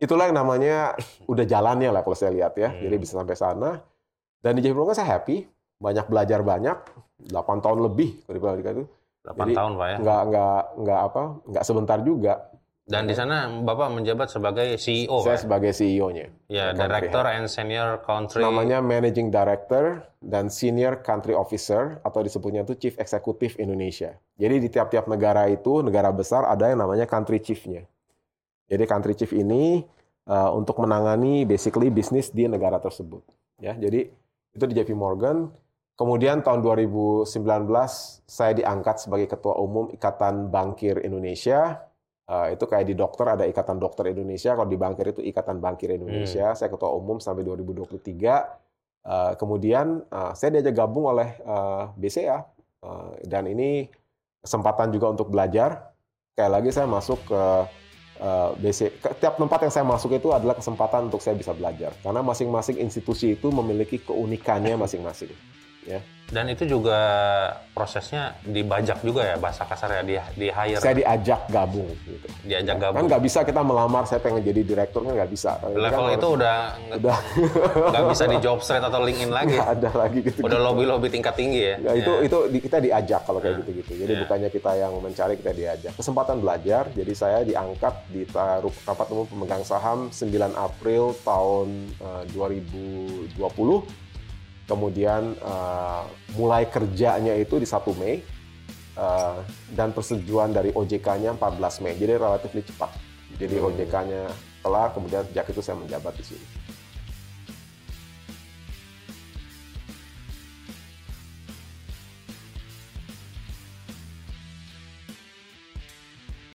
itulah yang namanya udah jalannya lah kalau saya lihat ya. Hmm. Jadi bisa sampai sana. Dan di J P Morgan saya happy, banyak belajar banyak, delapan tahun lebih kalau di itu. delapan tahun Pak ya. Nggak nggak nggak apa, nggak sebentar juga. Dan di sana Bapak menjabat sebagai C E O. Saya ya? sebagai C E O-nya. Ya, Director and Senior Country. Namanya Managing Director dan Senior Country Officer atau disebutnya itu Chief Executive Indonesia. Jadi di tiap-tiap negara itu, negara besar ada yang namanya Country Chief-nya. Jadi Country Chief ini uh, untuk menangani basically bisnis di negara tersebut. Ya, jadi itu di J P Morgan. Kemudian tahun dua ribu sembilan belas saya diangkat sebagai Ketua Umum Ikatan Bankir Indonesia. Uh, itu kayak di dokter ada Ikatan Dokter Indonesia, kalau di bankir itu Ikatan Bankir Indonesia. Hmm. Saya ketua umum sampai dua ribu dua puluh tiga. Uh, kemudian uh, saya diajak gabung oleh uh, B C A uh, dan ini kesempatan juga untuk belajar. Kayak lagi saya masuk ke uh, B C. Ke, tiap tempat yang saya masuk itu adalah kesempatan untuk saya bisa belajar karena masing-masing institusi itu memiliki keunikannya masing-masing. Ya. Dan itu juga prosesnya dibajak juga ya, bahasa kasar ya, di, di hire. Saya diajak gabung gitu. Diajak ya, gabung. Kan nggak bisa kita melamar saya pengen jadi direktur, kan nggak bisa. Level kan itu harus, udah udah nggak bisa di job street atau LinkedIn lagi. Nggak ada lagi gitu. Udah lobby-lobby tingkat tinggi ya. Ya, itu ya. itu kita diajak kalau kayak gitu-gitu. Jadi ya. bukannya kita yang mencari, kita diajak. Kesempatan belajar. Jadi saya diangkat di rapat umum pemegang saham sembilan April tahun uh, dua ribu dua puluh. Kemudian uh, mulai kerjanya itu di satu Mei uh, dan persetujuan dari O J K-nya empat belas Mei. Jadi relatif cepat. Jadi hmm. O J K-nya kelar, kemudian sejak itu saya menjabat di sini.